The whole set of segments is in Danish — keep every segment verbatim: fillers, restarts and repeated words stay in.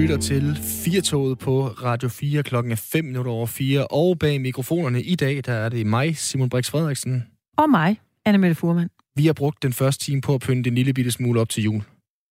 lytter til Firtoget på Radio fire. Klokken er fem minutter over fire, og bag mikrofonerne i dag, der er det mig, Simon Brix Frederiksen. Og mig, Anne-Mette Fuhrmann. Vi har brugt den første time på at pynte en lille bitte smule op til jul.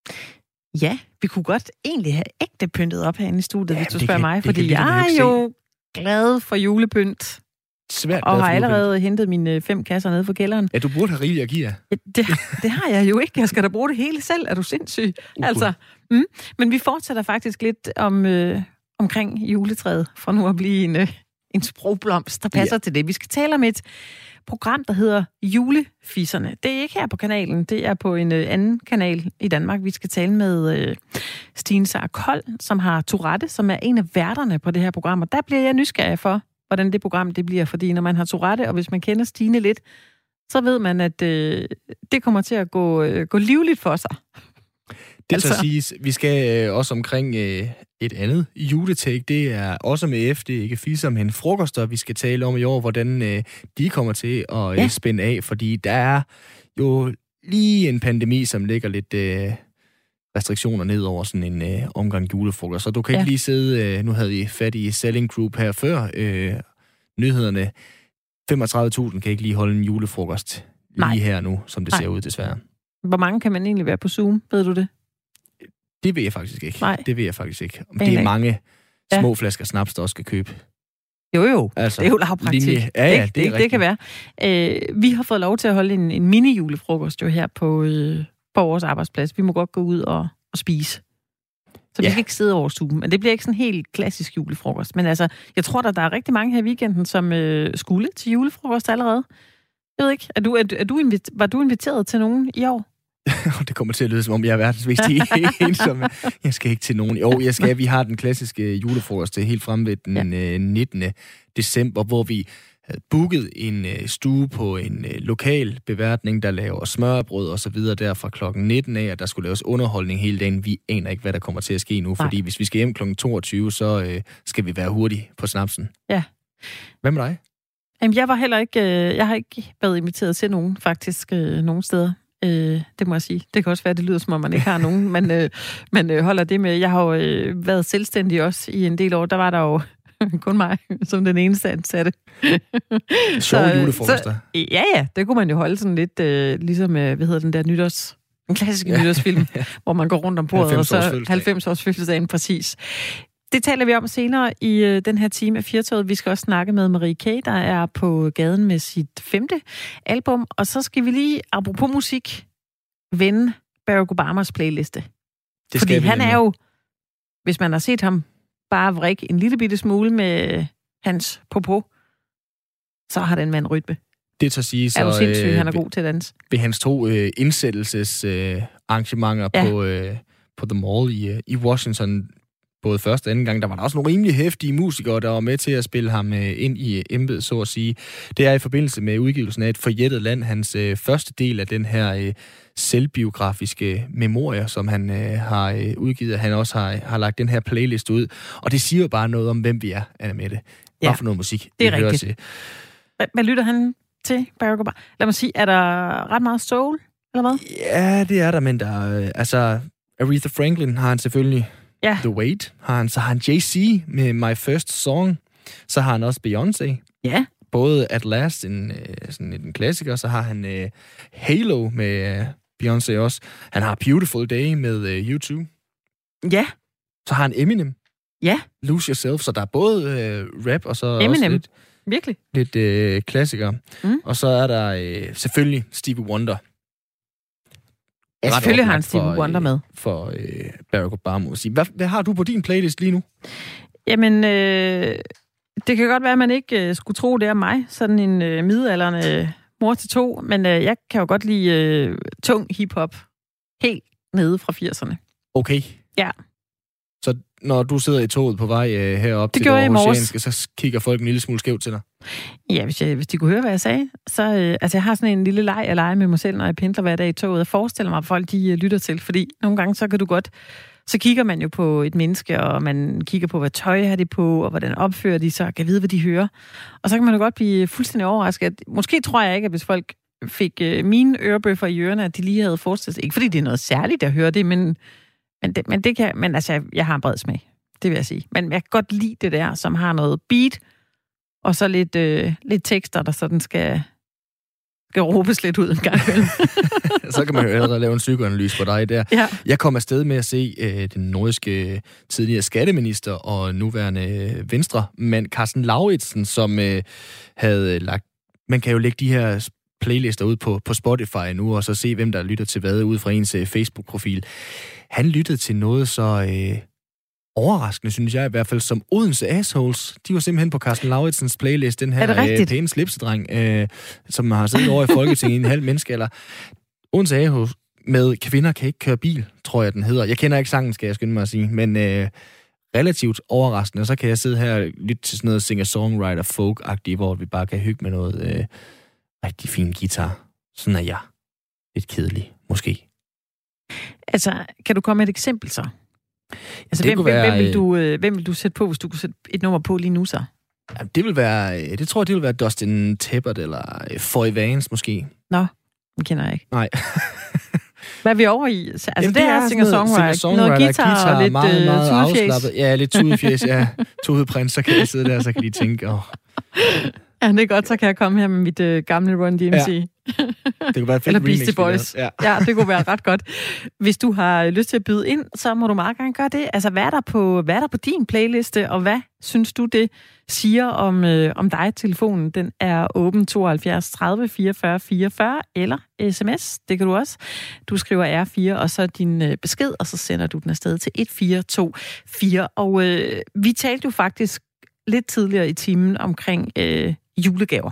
Ja, vi kunne godt egentlig have ægte pyntet op herinde i studiet, ja, hvis du spørger kan, mig, fordi jeg er jo glad for julepynt. Svært og har allerede hentet mine fem kasser nede fra kælderen. Ja, du burde have rigeligt at give jer. Ja, det, det har jeg jo ikke. Jeg skal da bruge det hele selv. Er du sindssyg? Uh, altså, mm. Men vi fortsætter faktisk lidt om øh, omkring juletræet, for nu at blive en, øh, en sprogblomst, der passer ja. til det. Vi skal tale om et program, der hedder Julefisserne. Det er ikke her på kanalen, det er på en øh, anden kanal i Danmark. Vi skal tale med øh, Stine Sarr Kold, som har Tourette, som er en af værterne på det her program. Og der bliver jeg nysgerrig for, hvordan det program det bliver, fordi når man har Tourette, og hvis man kender Stine lidt, så ved man, at øh, det kommer til at gå, øh, gå livligt for sig. Det altså. Så siges, vi skal øh, også omkring øh, et andet juletake. Det er også med F, det er ikke fisser, men frokoster, vi skal tale om i år, hvordan øh, de kommer til at øh, ja. spænde af, fordi der er jo lige en pandemi, som ligger lidt øh, restriktioner ned over sådan en øh, omgang julefrokost. Så du kan ja. ikke lige sidde, øh, nu havde vi fat i Selling Group her før, øh, nyhederne, femogtredive tusind kan ikke lige holde en julefrokost lige Nej. her nu, som det Nej. ser ud desværre. Hvor mange kan man egentlig være på Zoom, ved du det? Det ved jeg faktisk ikke. Nej. Det ved jeg faktisk ikke. Om det er mange små ja. flasker snaps, der også skal købe. Jo, jo. Altså, det er jo lavpraktik. Linje. Ja, ja, det, det, det, det kan være. Øh, vi har fået lov til at holde en, en mini-julefrokost jo her på, øh, på vores arbejdsplads. Vi må godt gå ud og, og spise. Så vi ja. skal ikke sidde over Zoom. Men det bliver ikke sådan en helt klassisk julefrokost. Men altså, jeg tror, der, der er rigtig mange her i weekenden, som øh, skulle til julefrokost allerede. Jeg ved ikke, er du, er, er du invit- var du inviteret til nogen i år? Det kommer til at lyde, som om jeg er verdens vigtige ensomme. Jeg skal ikke til nogen. Jo, jeg skal. Vi har den klassiske julefrokost helt frem ved den ja. nittende december, hvor vi havde booket en stue på en lokal beværtning, der laver smørbrød og så videre der fra klokken nitten af, og der skulle laves underholdning hele dagen. Vi aner ikke, hvad der kommer til at ske nu, fordi Nej. hvis vi skal hjem klokken toogtyve, så øh, skal vi være hurtige på snapsen. Ja. Hvad med dig? Jamen, jeg var heller ikke, øh, jeg har ikke været inviteret til nogen, faktisk, øh, nogen steder. Øh, det må jeg sige. Det kan også være, at det lyder, som om man ikke har nogen, men øh, man øh, holder det med. Jeg har jo øh, været selvstændig også i en del år. Der var der jo kun mig, som den eneste ansatte. Sjove julefrokoster. Ja, ja. Det kunne man jo holde sådan lidt, øh, ligesom, øh, hvad hedder den der nytårs... En klassisk ja. nytårsfilm, ja. hvor man går rundt om bordet, og så halvfems års fødselsdagen præcis. Det taler vi om senere i øh, den her time af Firtoget. Vi skal også snakke med Marie K., der er på gaden med sit femte album. Og så skal vi lige, apropos musik, vende Barack Obamas playliste. Det Fordi han er jo, hvis man har set ham bare vrikke en lille bitte smule med hans popo, så har den mand rytme. Det tager sige, så... Er du sindssyg, øh, han er god til dans. Ved hans to øh, indsættelsesarrangementer øh, ja. på, øh, på The Mall i, øh, i Washington, både første og anden gang, der var der også nogle rimelig heftige musikere, der var med til at spille ham øh, ind i embedet, så at sige. Det er i forbindelse med udgivelsen af Et forjættet land, hans øh, første del af den her øh, selvbiografiske memorier, som han øh, har øh, udgivet. Han også har, har lagt den her playlist ud. Og det siger jo bare noget om, hvem vi er, Anne-Mette. Hvad ja, for noget musik? Det er rigtigt. Hvad, hvad lytter han til, Barack Obama? Lad mig sige, er der ret meget soul, eller hvad? Ja, det er der, men der øh, altså, Aretha Franklin har han selvfølgelig... Ja. The Wait har han. Så har han Jay-Z med My First Song. Så har han også Beyoncé. Ja. Både At Last, en, sådan en klassiker. Så har han uh, Halo med uh, Beyoncé også. Han har Beautiful Day med uh, U to. Ja. Så har han Eminem. Ja. Lose Yourself. Så der er både uh, rap og så Eminem. også lidt, Virkelig? lidt uh, klassikere. Mm. Og så er der uh, selvfølgelig Stevie Wonder. Ja, selvfølgelig har han Stevie Wonder med. For øh, Barack Obama. Hvad, hvad har du på din playlist lige nu? Jamen, øh, det kan godt være, at man ikke øh, skulle tro, det er mig. Sådan en øh, midaldrende øh, mor til to. Men øh, jeg kan jo godt lide øh, tung hiphop. Helt nede fra firserne. Okay. Ja. Så når du sidder i toget på vej øh, herop det til det aarhusianske, så kigger folk en lille smule skævt til dig? Ja, hvis, jeg, hvis de kunne høre, hvad jeg sagde. Så, øh, altså, jeg har sådan en lille leg, jeg leger med mig selv, når jeg pendler hver dag i toget. Jeg forestiller mig, at folk de, øh, lytter til. Fordi nogle gange, så kan du godt... Så kigger man jo på et menneske, og man kigger på, hvad tøj har de på, og hvordan opfører de sig, og kan vide, hvad de hører. Og så kan man jo godt blive fuldstændig overrasket. Måske tror jeg ikke, at hvis folk fik øh, mine ørebøffer i ørerne, at de lige havde forestillet sig. Ikke fordi det er noget særligt at høre det, men... Men det, men det kan, men altså, jeg, jeg har en bred smag. Det vil jeg sige. Men jeg kan godt lide det der, som har noget beat, og så lidt, øh, lidt tekster, der sådan skal, skal råbes lidt ud en gang. Så kan man jo allerede lave en psykoanalyse på dig der. Ja. Jeg kom afsted med at se øh, den nordiske tidligere skatteminister og nuværende øh, venstremand Karsten Lauritsen, som øh, havde lagt... Man kan jo lægge de her playlister ud på, på Spotify nu, og så se, hvem der lytter til hvad ud fra ens øh, Facebook-profil. Han lyttede til noget så... Øh, overraskende, synes jeg i hvert fald, som Odense Assholes. De var simpelthen på Karsten Lauritsens playlist, den her øh, pæne slipsedreng, øh, som har siddet over i Folketinget i en halv menneskealder. Odense Assholes med Kvinder kan ikke køre bil, tror jeg, den hedder. Jeg kender ikke sangen, skal jeg skynde mig at sige, men øh, relativt overraskende. Og så kan jeg sidde her og lytte til sådan noget singer-songwriter folk-agtigt, hvor vi bare kan hygge med noget øh, rigtig fin guitar. Sådan er jeg. Lidt kedelig, måske. Altså, kan du komme med et eksempel så? Altså, hvem, være, hvem, vil du, øh, hvem vil du sætte på, hvis du kunne sætte et nummer på lige nu så? Det vil være, det tror jeg, det vil være Dustin Tippett eller Foy Vance måske. Nå, den kender jeg ikke. Nej. Hvad er vi over i? Altså, Jamen, det, det er singer-songwriter. Noget guitar, guitar og lidt meget, meget uh, afslappet. Ja, lidt tudefjes, ja. Tudeprints, så kan jeg sidde der, så kan de tænke, åh. Oh. Ja, det er godt, så kan jeg komme her med mit uh, gamle Run D M C. Ja. Det kunne være eller Beastie Boys. Ja. ja, det kunne være ret godt. Hvis du har lyst til at byde ind, så må du meget gerne gøre det. Altså, hvad er der på, hvad er der på din playliste, og hvad synes du, det siger om, øh, om dig? Telefonen, den er åben tooghalvfjerds tredive fireogfyrre fireogfyrre, eller sms, det kan du også. Du skriver R fire, og så din øh, besked, og så sender du den afsted til et fire to fire. Og øh, vi talte jo faktisk lidt tidligere i timen omkring øh, julegaver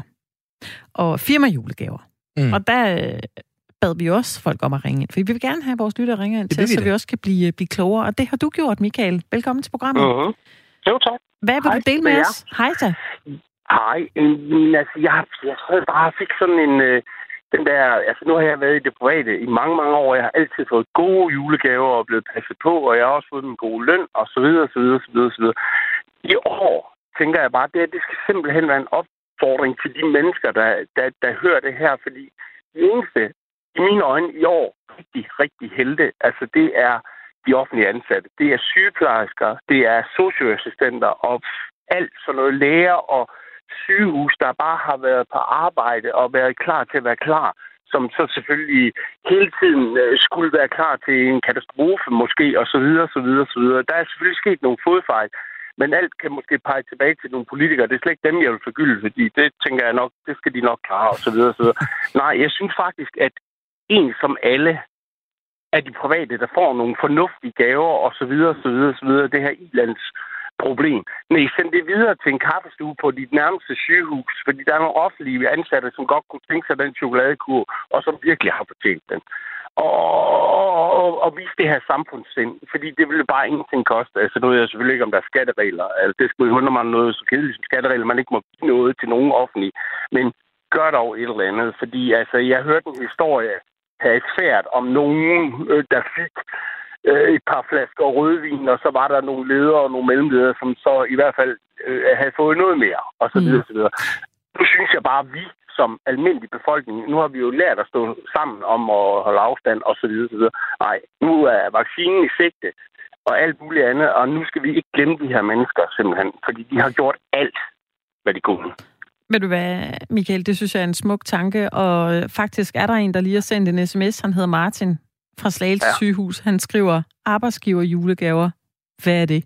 og firmajulegaver. Mm. Og der øh, bad vi også folk om at ringe ind, for vi vil gerne have vores lyttere ringe ind til, så vi også kan blive, blive klogere. Og det har du gjort, Michael. Velkommen til programmet. Uh-huh. Jo, tak. Hvad vil Hej, du dele med os? Hej, så. Hej. Altså, jeg, jeg tror, jeg bare fik sådan en... Øh, den der... Altså, nu har jeg været i det private i mange, mange år. Jeg har altid fået gode julegaver og blevet passet på, og jeg har også fået en god løn, og så videre, så videre, så videre, så videre. I år tænker jeg bare, at det skal simpelthen være en opfordring til de mennesker, der, der, der hører det her, fordi det eneste, i mine øjne i år, rigtig, rigtig helte, altså det er de offentlige ansatte. Det er sygeplejersker, det er socioassistenter og alt sådan noget, læger og sygehus, der bare har været på arbejde og været klar til at være klar, som så selvfølgelig hele tiden skulle være klar til en katastrofe måske, og så videre, så videre, så videre. Der er selvfølgelig sket nogle fodfejl, men alt kan måske pege tilbage til nogle politikere. Det er slet ikke dem, jeg vil forgylde, fordi det tænker jeg nok, det skal de nok klare, og så videre, så videre. Nej, jeg synes faktisk, at en som alle af de private, der får nogle fornuftige gaver, og så videre, så videre, så videre, det her i-lands problem. Nej, send det videre til en kaffestue på dit nærmeste sygehus, fordi der er nogle offentlige ansatte, som godt kunne tænke sig den chokoladekur, og som virkelig har fortjent den. Og, og, og vise det her samfundssind, fordi det ville bare ingenting koste. Altså, nu ved jeg selvfølgelig ikke, om der er skatteregler. Altså, det skulle jo undre mig noget så kedeligt som skatteregler, man ikke må give noget til nogen offentlige. Men gør dog et eller andet, fordi altså, jeg hørte en historie her et færd om nogen, øh, der fik øh, et par flasker rødvin, og så var der nogle ledere og nogle mellemledere, som så i hvert fald øh, havde fået noget mere, og så videre, mm. så videre. Nu synes jeg bare, at vi som almindelig befolkning, nu har vi jo lært at stå sammen om at holde afstand, og så videre, så videre. Nej, nu er vaccinen i sigte, og alt muligt andet, og nu skal vi ikke glemme de her mennesker simpelthen, fordi de har gjort alt, hvad de kunne. Ved du hvad, Michael, det synes jeg er en smuk tanke, og faktisk er der en, der lige har sendt en sms, han hedder Martin fra Slagelse ja. Sygehus. Han skriver, arbejdsgiver julegaver, hvad er det?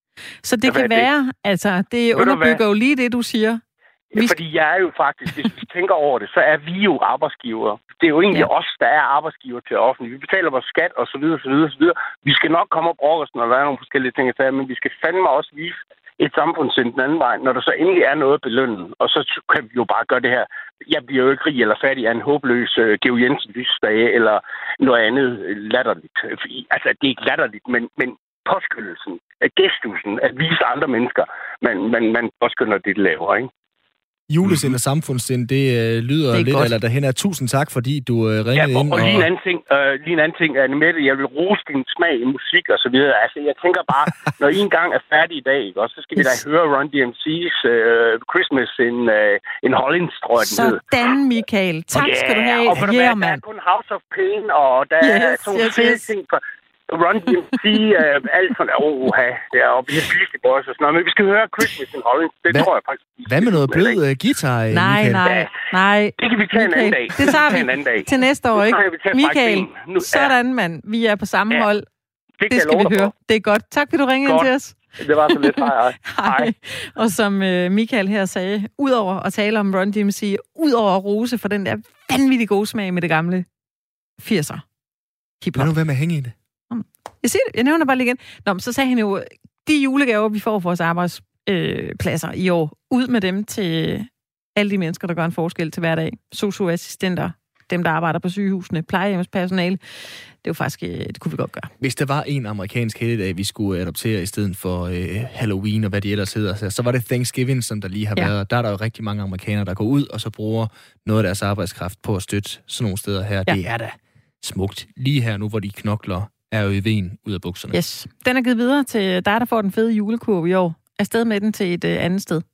Så det ja, kan være, det? altså, det underbygger jo lige det, du siger. Ja, fordi jeg er jo faktisk, hvis vi tænker over det, så er vi jo arbejdsgiver. Det er jo egentlig ja. os, der er arbejdsgiver til offentligt. Vi betaler vores skat, og så videre, så videre, så videre. Vi skal nok komme og brokke os, når der er nogle forskellige ting at sige, men vi skal fandme også vise et samfundssind den anden vej, når der så endelig er noget belønnet. Og så kan vi jo bare gøre det her. Jeg bliver jo ikke rig eller fattig af en håbløs uh, Georg Jensen lysdage, eller noget andet latterligt. Altså, det er ikke latterligt, men, men påskyndelsen, gestusen, at vise andre mennesker, man, man, man påskynder det, de laver, ikke? Julesind og samfundssind, det øh, lyder det lidt, godt. Eller derhen er tusind tak, fordi du øh, ringede ja, og, ind. Og, og lige en anden ting, øh, lige en anden ting, Annemette, jeg vil rose din smag i musik og så videre. Altså, jeg tænker bare, når I engang er færdige i dag, ikke, også, så skal yes. vi da høre Run D M C's uh, Christmas in, uh, in Holland, tror jeg, den hedder. Sådan, Michael. Tak yeah, skal du have. Og for yeah, der er kun House of Pain, og der yes, er to yes, yes. ting for... Run D M C, uh, alt sådan der, oha, ja, og vi har Beastie Boys og sådan noget, men vi skal høre Christmas in Holland, det Hva? tror jeg faktisk. Hvad med noget blød uh, guitar, Nej, Michael? nej, nej. Det kan vi tage Michael. en anden dag. Det tager vi en anden dag. til næste år, ikke? Michael, nu, sådan mand, vi er på samme ja. hold. Det, det skal vi høre. For. Det er godt. Tak, fordi du ringede ind til os. Det var så lidt. Hej, hej. hej. Og som uh, Michael her sagde, udover at tale om Run D M C, udover at rose for den der vanvittig gode smag med det gamle firser hiphop. Lad nu være med at hænge i det. Jeg siger det, jeg nævner bare lige igen. Nå, men så sagde han jo, de julegaver, vi får for vores arbejdspladser øh, i år, ud med dem til alle de mennesker, der gør en forskel til hverdag. Sosu-assistenter, dem, der arbejder på sygehusene, plejehjemspersonale. Det er jo faktisk, det kunne vi godt gøre. Hvis der var en amerikansk helligdag, vi skulle adoptere i stedet for øh, Halloween og hvad de ellers hedder, så var det Thanksgiving, som der lige har ja. været. Der er der jo rigtig mange amerikanere, der går ud og så bruger noget af deres arbejdskraft på at støtte sådan nogle steder her. Ja. Det er da smukt. Lige her nu, hvor de knokler, er jo i ven ud af bukserne. Yes. Den er givet videre til dig, der får den fede julekurv i år. Afsted med den til et øh, andet sted.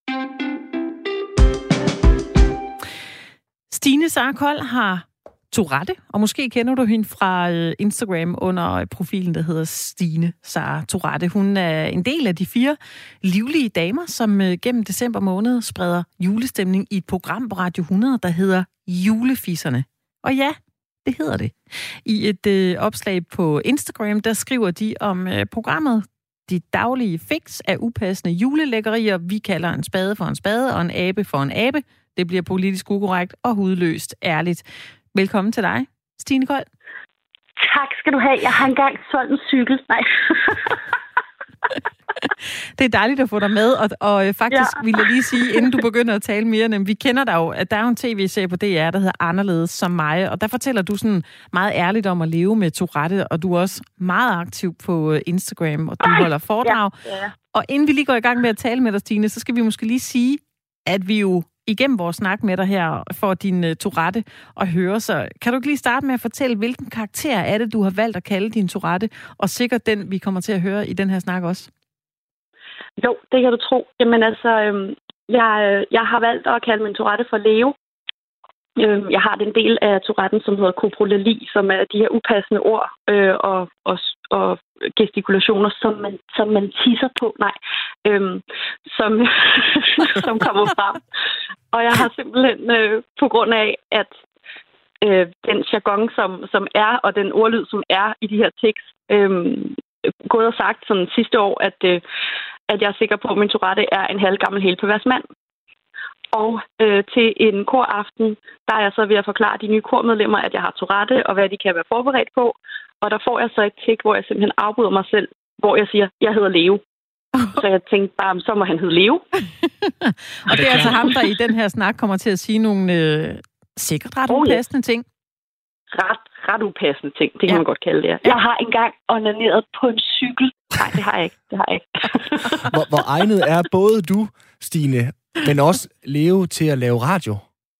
Stine Sarkold har Tourette, og måske kender du hende fra øh, Instagram under profilen, der hedder Stine Sara Tourette. Hun er en del af de fire livlige damer, som øh, gennem december måned spreder julestemning i et program på Radio hundrede, der hedder Julefisserne. Og ja, det hedder det. I et øh, opslag på Instagram, der skriver de om øh, programmet De daglige fix af upassende julelækkerier. Vi kalder en spade for en spade og en abe for en abe. Det bliver politisk ukorrekt og hudløst ærligt. Velkommen til dig, Stine Kold. Tak skal du have. Jeg har engang solgt en cykel. Nej. Det er dejligt at få dig med, og, og faktisk ja. vil jeg lige sige, inden du begynder at tale mere, nemlig, vi kender dig jo, at der er jo en tv-serie på D R, der hedder Anderledes som mig, og der fortæller du sådan meget ærligt om at leve med Tourette, og du er også meget aktiv på Instagram, og du Ej, holder foredrag. Ja, ja. Og inden vi lige går i gang med at tale med dig, Stine, så skal vi måske lige sige, at vi jo igennem vores snak med dig her får din uh, Tourette og høre, så kan du ikke lige starte med at fortælle, hvilken karakter er det, du har valgt at kalde din Tourette, og sikkert den, vi kommer til at høre i den her snak også? Jo, det kan du tro. Jamen altså, øhm, jeg, jeg har valgt at kalde min Tourette for Leo. Øhm, jeg har den del af Touretten, som hedder koprolali, som er de her upassende ord øh, og, og, og gestikulationer, som man, som man tisser på. Nej, øhm, som, som kommer frem. Og jeg har simpelthen øh, på grund af, at øh, den jargon, som, som er, og den ordlyd, som er i de her tekst, øh, gået og sagt sådan sidste år, at, øh, at jeg er sikker på, at min Tourette er en halvgammel helperværsmand. Og øh, til en koraften, der er jeg så ved at forklare de nye kormedlemmer, at jeg har Tourette, og hvad de kan være forberedt på. Og der får jeg så et tik, hvor jeg simpelthen afbryder mig selv, hvor jeg siger, jeg hedder Leo. Så jeg tænkte bare, så må han hedde Leo. Og det er altså ham, der i den her snak kommer til at sige nogle øh, sikkert ret oh, upassende ting. Ret, ret upassende ting, det kan ja. man godt kalde det. Jeg har engang onaneret på en cykel. Nej, det har jeg ikke. Det har jeg ikke. hvor, hvor egnet er både du, Stine, men også Leo til at lave radio?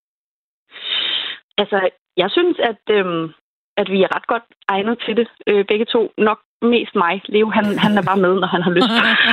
Altså, jeg synes, at, øhm, at vi er ret godt egnet til det. Øh, begge to. Nok mest mig. Leo, han, han er bare med, når han har lyst.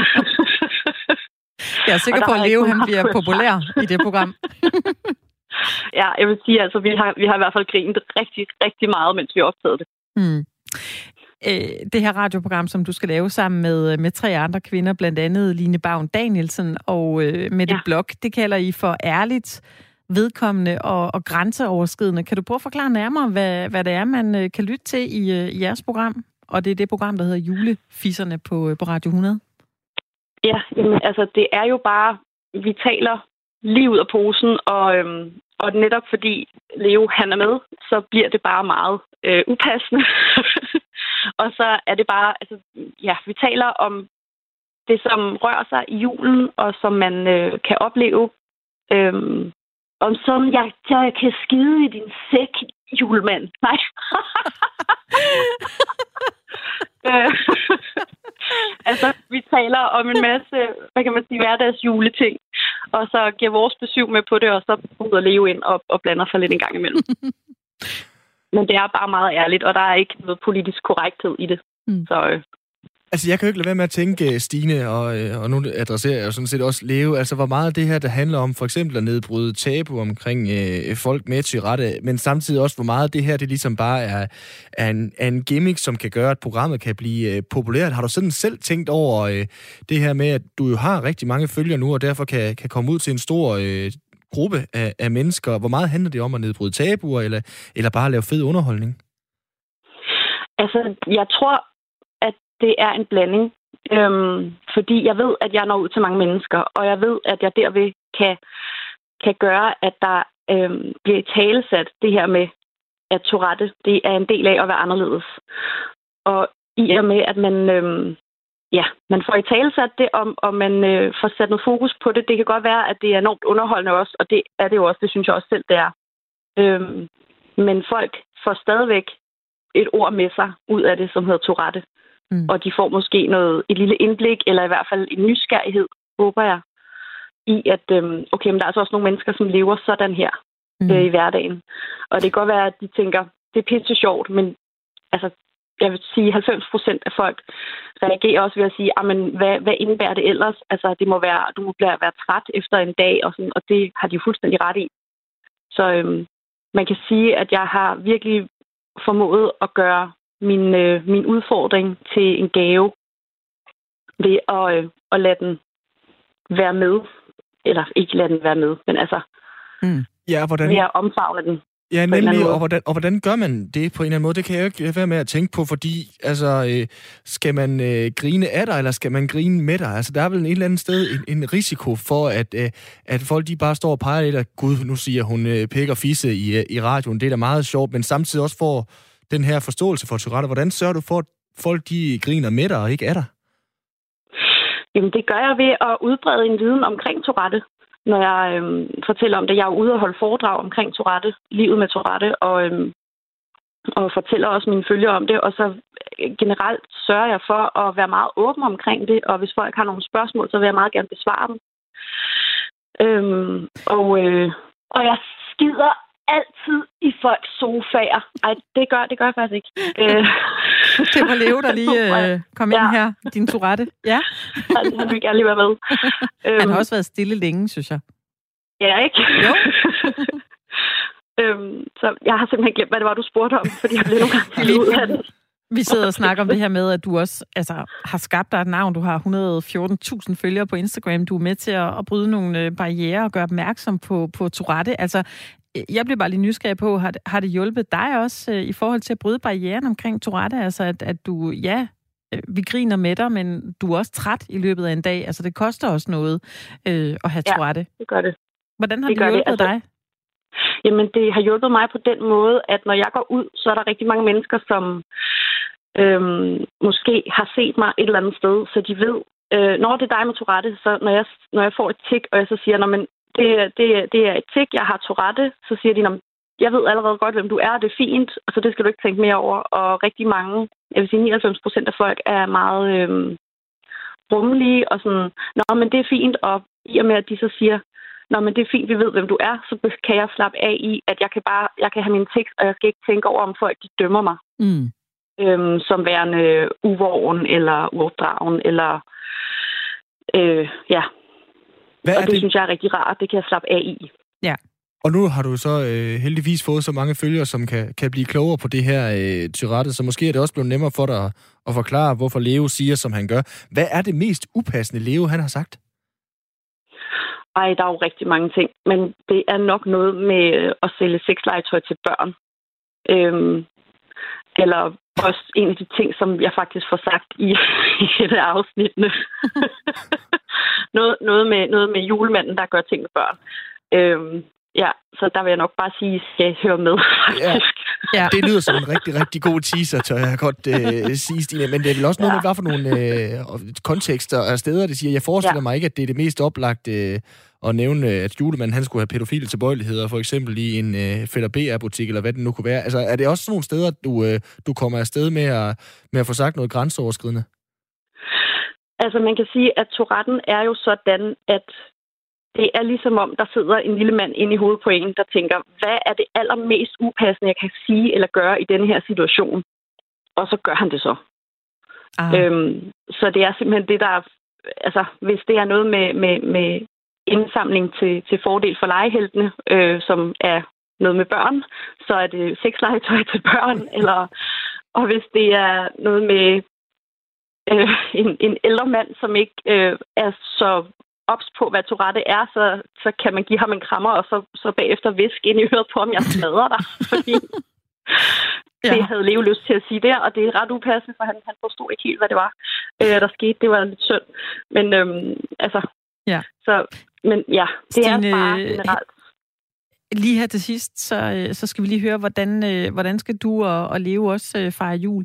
Jeg er sikker på, at Leo han bliver populær i det program. Ja, jeg vil sige, altså, vi har, vi har i hvert fald grinet rigtig, rigtig meget, mens vi optagede det. Hmm. Det her radioprogram, som du skal lave sammen med, med tre andre kvinder, blandt andet Line Baun Danielsen og øh, Mette ja. Blok, det kalder I for ærligt, vedkommende og, og grænseoverskridende. Kan du prøve at forklare nærmere, hvad, hvad det er, man øh, kan lytte til i, øh, i jeres program? Og det er det program, der hedder Julefisserne på, øh, på Radio hundrede. Ja, jamen, altså det er jo bare, vi taler lige ud af posen, og, øhm, og netop fordi Leo han er med, så bliver det bare meget øh, upassende. Og så er det bare, altså, ja, vi taler om det, som rører sig i julen, og som man øh, kan opleve. Øhm, om som jeg, jeg kan skide i din sæk, julemand. Nej. øh, altså, vi taler om en masse, hvad kan man sige, hverdags juleting. Og så giver vores besøg med på det, og så bryder Leo ind og, og blander sig lidt en gang imellem. Men det er bare meget ærligt, og der er ikke noget politisk korrekthed i det. Mm. Så, øh. Altså, jeg kan jo ikke lade være med at tænke, Stine, og, og nu adresserer jeg jo sådan set også Leo, altså, hvor meget af det her, der handler om for eksempel at nedbryde tabu omkring øh, folk med Tourette, men samtidig også, hvor meget af det her, det ligesom bare er, er, en, er en gimmick, som kan gøre, at programmet kan blive øh, populært. Har du sådan selv tænkt over øh, det her med, at du jo har rigtig mange følgere nu, og derfor kan, kan komme ud til en stor øh, gruppe af, af mennesker? Hvor meget handler det om at nedbryde tabuer, eller, eller bare lave fed underholdning? Altså, jeg tror, det er en blanding, øhm, fordi jeg ved, at jeg når ud til mange mennesker, og jeg ved, at jeg derved kan, kan gøre, at der øhm, bliver talesat det her med, at Tourette, det er en del af at være anderledes. Og i og med, at man, øhm, ja, man får i talesat det, om, og man øh, får sat noget fokus på det. Det kan godt være, at det er enormt underholdende også, og det er det jo også, det synes jeg også selv, det er. Øhm, men folk får stadigvæk et ord med sig ud af det, som hedder Tourette. Mm. Og de får måske noget, et lille indblik, eller i hvert fald en nysgerrighed, håber jeg, i at, øhm, okay, men der er altså også nogle mennesker, som lever sådan her mm. øh, i hverdagen. Og det kan godt være, at de tænker, det er pisse sjovt, men altså, jeg vil sige, halvfems procent af folk reagerer også ved at sige, men hvad, hvad indebærer det ellers? Altså, det må være, du må være, være træt efter en dag, og, sådan, og det har de jo fuldstændig ret i. Så øhm, man kan sige, at jeg har virkelig formået at gøre min, øh, min udfordring til en gave ved at, øh, at lade den være med. Eller ikke lade den være med, men altså mm. ja, hvordan... ved at omfavne den. Ja, nemlig, og hvordan, og hvordan gør man det på en eller anden måde? Det kan jeg jo ikke lade være med at tænke på, fordi altså, øh, skal man øh, grine af dig, eller skal man grine med dig? Altså, der er vel en eller anden sted en, en risiko for, at, øh, at folk de bare står og peger lidt, at gud, nu siger hun øh, pæk og fisse i, øh, i radioen. Det er da meget sjovt, men samtidig også får den her forståelse for Tourette. Hvordan sørger du for, at folk de griner med dig og ikke af dig? Jamen, det gør jeg ved at udbrede en viden omkring Tourette. Når jeg øhm, fortæller om det. Jeg er ude og holde foredrag omkring Tourette, livet med Tourette, og, øhm, og fortæller også mine følgere om det. Og så generelt sørger jeg for at være meget åben omkring det, og hvis folk har nogle spørgsmål, så vil jeg meget gerne besvare dem. Øhm, og, øh, og jeg skider altid i folks sofaer. Ej, det gør, det gør jeg faktisk ikke. Det var Leo, der lige øh, kom ind ja. her. Din Tourette. Ja. Han vil gerne lige være med. Han har også været stille længe, synes jeg. Ja, ikke? Jo. øhm, så jeg har simpelthen glemt, hvad det var, du spurgte om, fordi jeg blev nogle gange ud af den. Vi sidder og snakker om det her med, at du også altså, har skabt dig et navn. Du har et hundrede og fjorten tusind følgere på Instagram. Du er med til at, at bryde nogle barrierer og gøre opmærksom på, på Tourette. Altså, jeg bliver bare lige nysgerrig på, har det, har det hjulpet dig også øh, i forhold til at bryde barrieren omkring Tourette? Altså, at, at du, ja, øh, vi griner med dig, men du er også træt i løbet af en dag. Altså, det koster også noget øh, at have Tourette. Ja, det gør det. Hvordan har det, det hjulpet det. Altså, dig? Jamen, det har hjulpet mig på den måde, at når jeg går ud, så er der rigtig mange mennesker, som øhm, måske har set mig et eller andet sted, så de ved, øh, når det er dig med Tourette, så når jeg, når jeg får et tik, og jeg så siger, når man Det, det, det er et tik, jeg har Tourette, så siger de, jeg ved allerede godt, hvem du er, det er fint, og så det skal du ikke tænke mere over. Og rigtig mange, jeg vil sige nioghalvfems procent af folk, er meget øhm, rummelige og sådan, nå, men det er fint, og i og med, at de så siger, nå, men det er fint, vi ved, hvem du er, så kan jeg slappe af i, at jeg kan bare, jeg kan have min tekst, og jeg skal ikke tænke over, om folk de dømmer mig. Mm. Øhm, som værende uvågen, eller uopdragen, eller øh, ja, Hvad og det, det synes jeg er rigtig rart. Det kan jeg slappe af i. Ja. Og nu har du så øh, heldigvis fået så mange følgere, som kan, kan blive klogere på det her øh, Tourette, så måske er det også blevet nemmere for dig at, at forklare, hvorfor Leo siger, som han gør. Hvad er det mest upassende, Leo han har sagt? Ej, der er jo rigtig mange ting, men det er nok noget med at sælge sexlegetøj til børn. Øhm, eller også en af de ting, som jeg faktisk får sagt i, i et af afsnittene. noget, noget, med, noget med julemanden, der gør ting med børn. Øhm, ja, så der vil jeg nok bare sige, at jeg skal høre med, faktisk. Ja. Ja. Det lyder som en rigtig, rigtig god teaser, tør jeg godt øh, sige, Stine. Men det er vel også noget ja. med, hvad for nogle øh, kontekster og steder, det siger. Jeg forestiller ja. mig ikke, at det er det mest oplagte øh, at nævne, at julemanden han skulle have pædofile tilbøjeligheder, for eksempel i en øh, Fætter B R-butik, eller hvad det nu kunne være. Altså, er det også sådan nogle steder, du, øh, du kommer afsted med at, med at få sagt noget grænseoverskridende? Altså, man kan sige, at Touretten er jo sådan, at det er ligesom om, der sidder en lille mand inde i hovedet på en, der tænker, hvad er det allermest upassende, jeg kan sige eller gøre i denne her situation? Og så gør han det så. Øhm, så det er simpelthen det, der er, altså hvis det er noget med, med, med indsamling til, til fordel for legeheltene, øh, som er noget med børn, så er det sexlegetøj til børn, eller og hvis det er noget med øh, en, en ældre mand, som ikke øh, er så ops på, hvad Tourette er, så, så kan man give ham en krammer, og så, så bagefter viske ind i øret på, om jeg smadrer dig. Fordi ja. Det havde Leo lyst til at sige der, og det er ret upassende, for han, han forstod ikke helt, hvad det var, øh, der skete. Det var lidt synd. Men øhm, altså, ja. Så, men ja, det Stine, er bare generelt. Lige her til sidst, så, så skal vi lige høre, hvordan, hvordan skal du og, og Leo også fejre jul?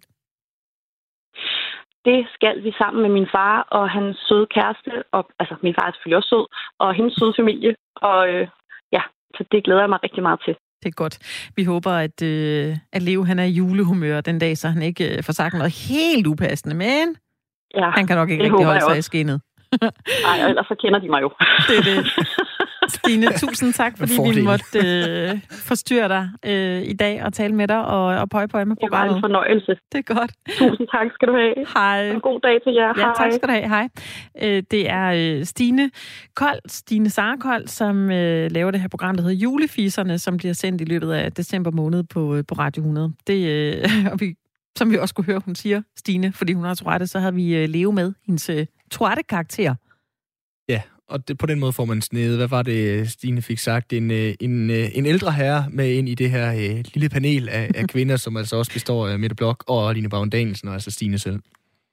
Det skal vi sammen med min far og hans søde kæreste, og altså min far er selvfølgelig også sød, og hendes søde familie, og øh, ja, så det glæder jeg mig rigtig meget til. Det er godt. Vi håber, at, øh, at Leo han er i julehumør den dag, så han ikke øh, får sagt noget helt upassende, men ja, han kan nok ikke rigtig holde sig i skinnet. Nej, ellers så kender de mig jo. Det er det. Stine, tusind tak, fordi vi måtte øh, forstyrre dig øh, i dag og tale med dig og, og pøje pøje med programmet. Det var en fornøjelse. Det er godt. Tusind tak skal du have. Hej. En god dag til jer. Ja, Hej. tak skal du have. Hej. Øh, det er øh, Stine Kold, Stine Sarkold, som øh, laver det her program, der hedder Julefiserne, som bliver sendt i løbet af december måned på, øh, på Radio hundrede. Det, øh, og vi, som vi også kunne høre, hun siger, Stine, fordi hun har Tourette, så havde vi øh, Leo med, hendes øh, Tourette-karakter. Ja, og det, på den måde får man sned. Hvad var det, Stine fik sagt? En, en, en ældre herre med ind i det her øh, lille panel af, af kvinder, som altså også består af Mette Bloch og Line Baun Danielsen, og altså Stine selv.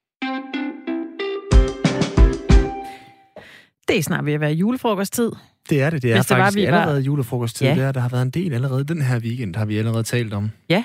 Det er snart ved at være julefrokosttid. Det er det. Det er Hvis det faktisk var, var... allerede julefrokosttid. Ja. Der, der har været en del allerede den her weekend, har vi allerede talt om. Ja.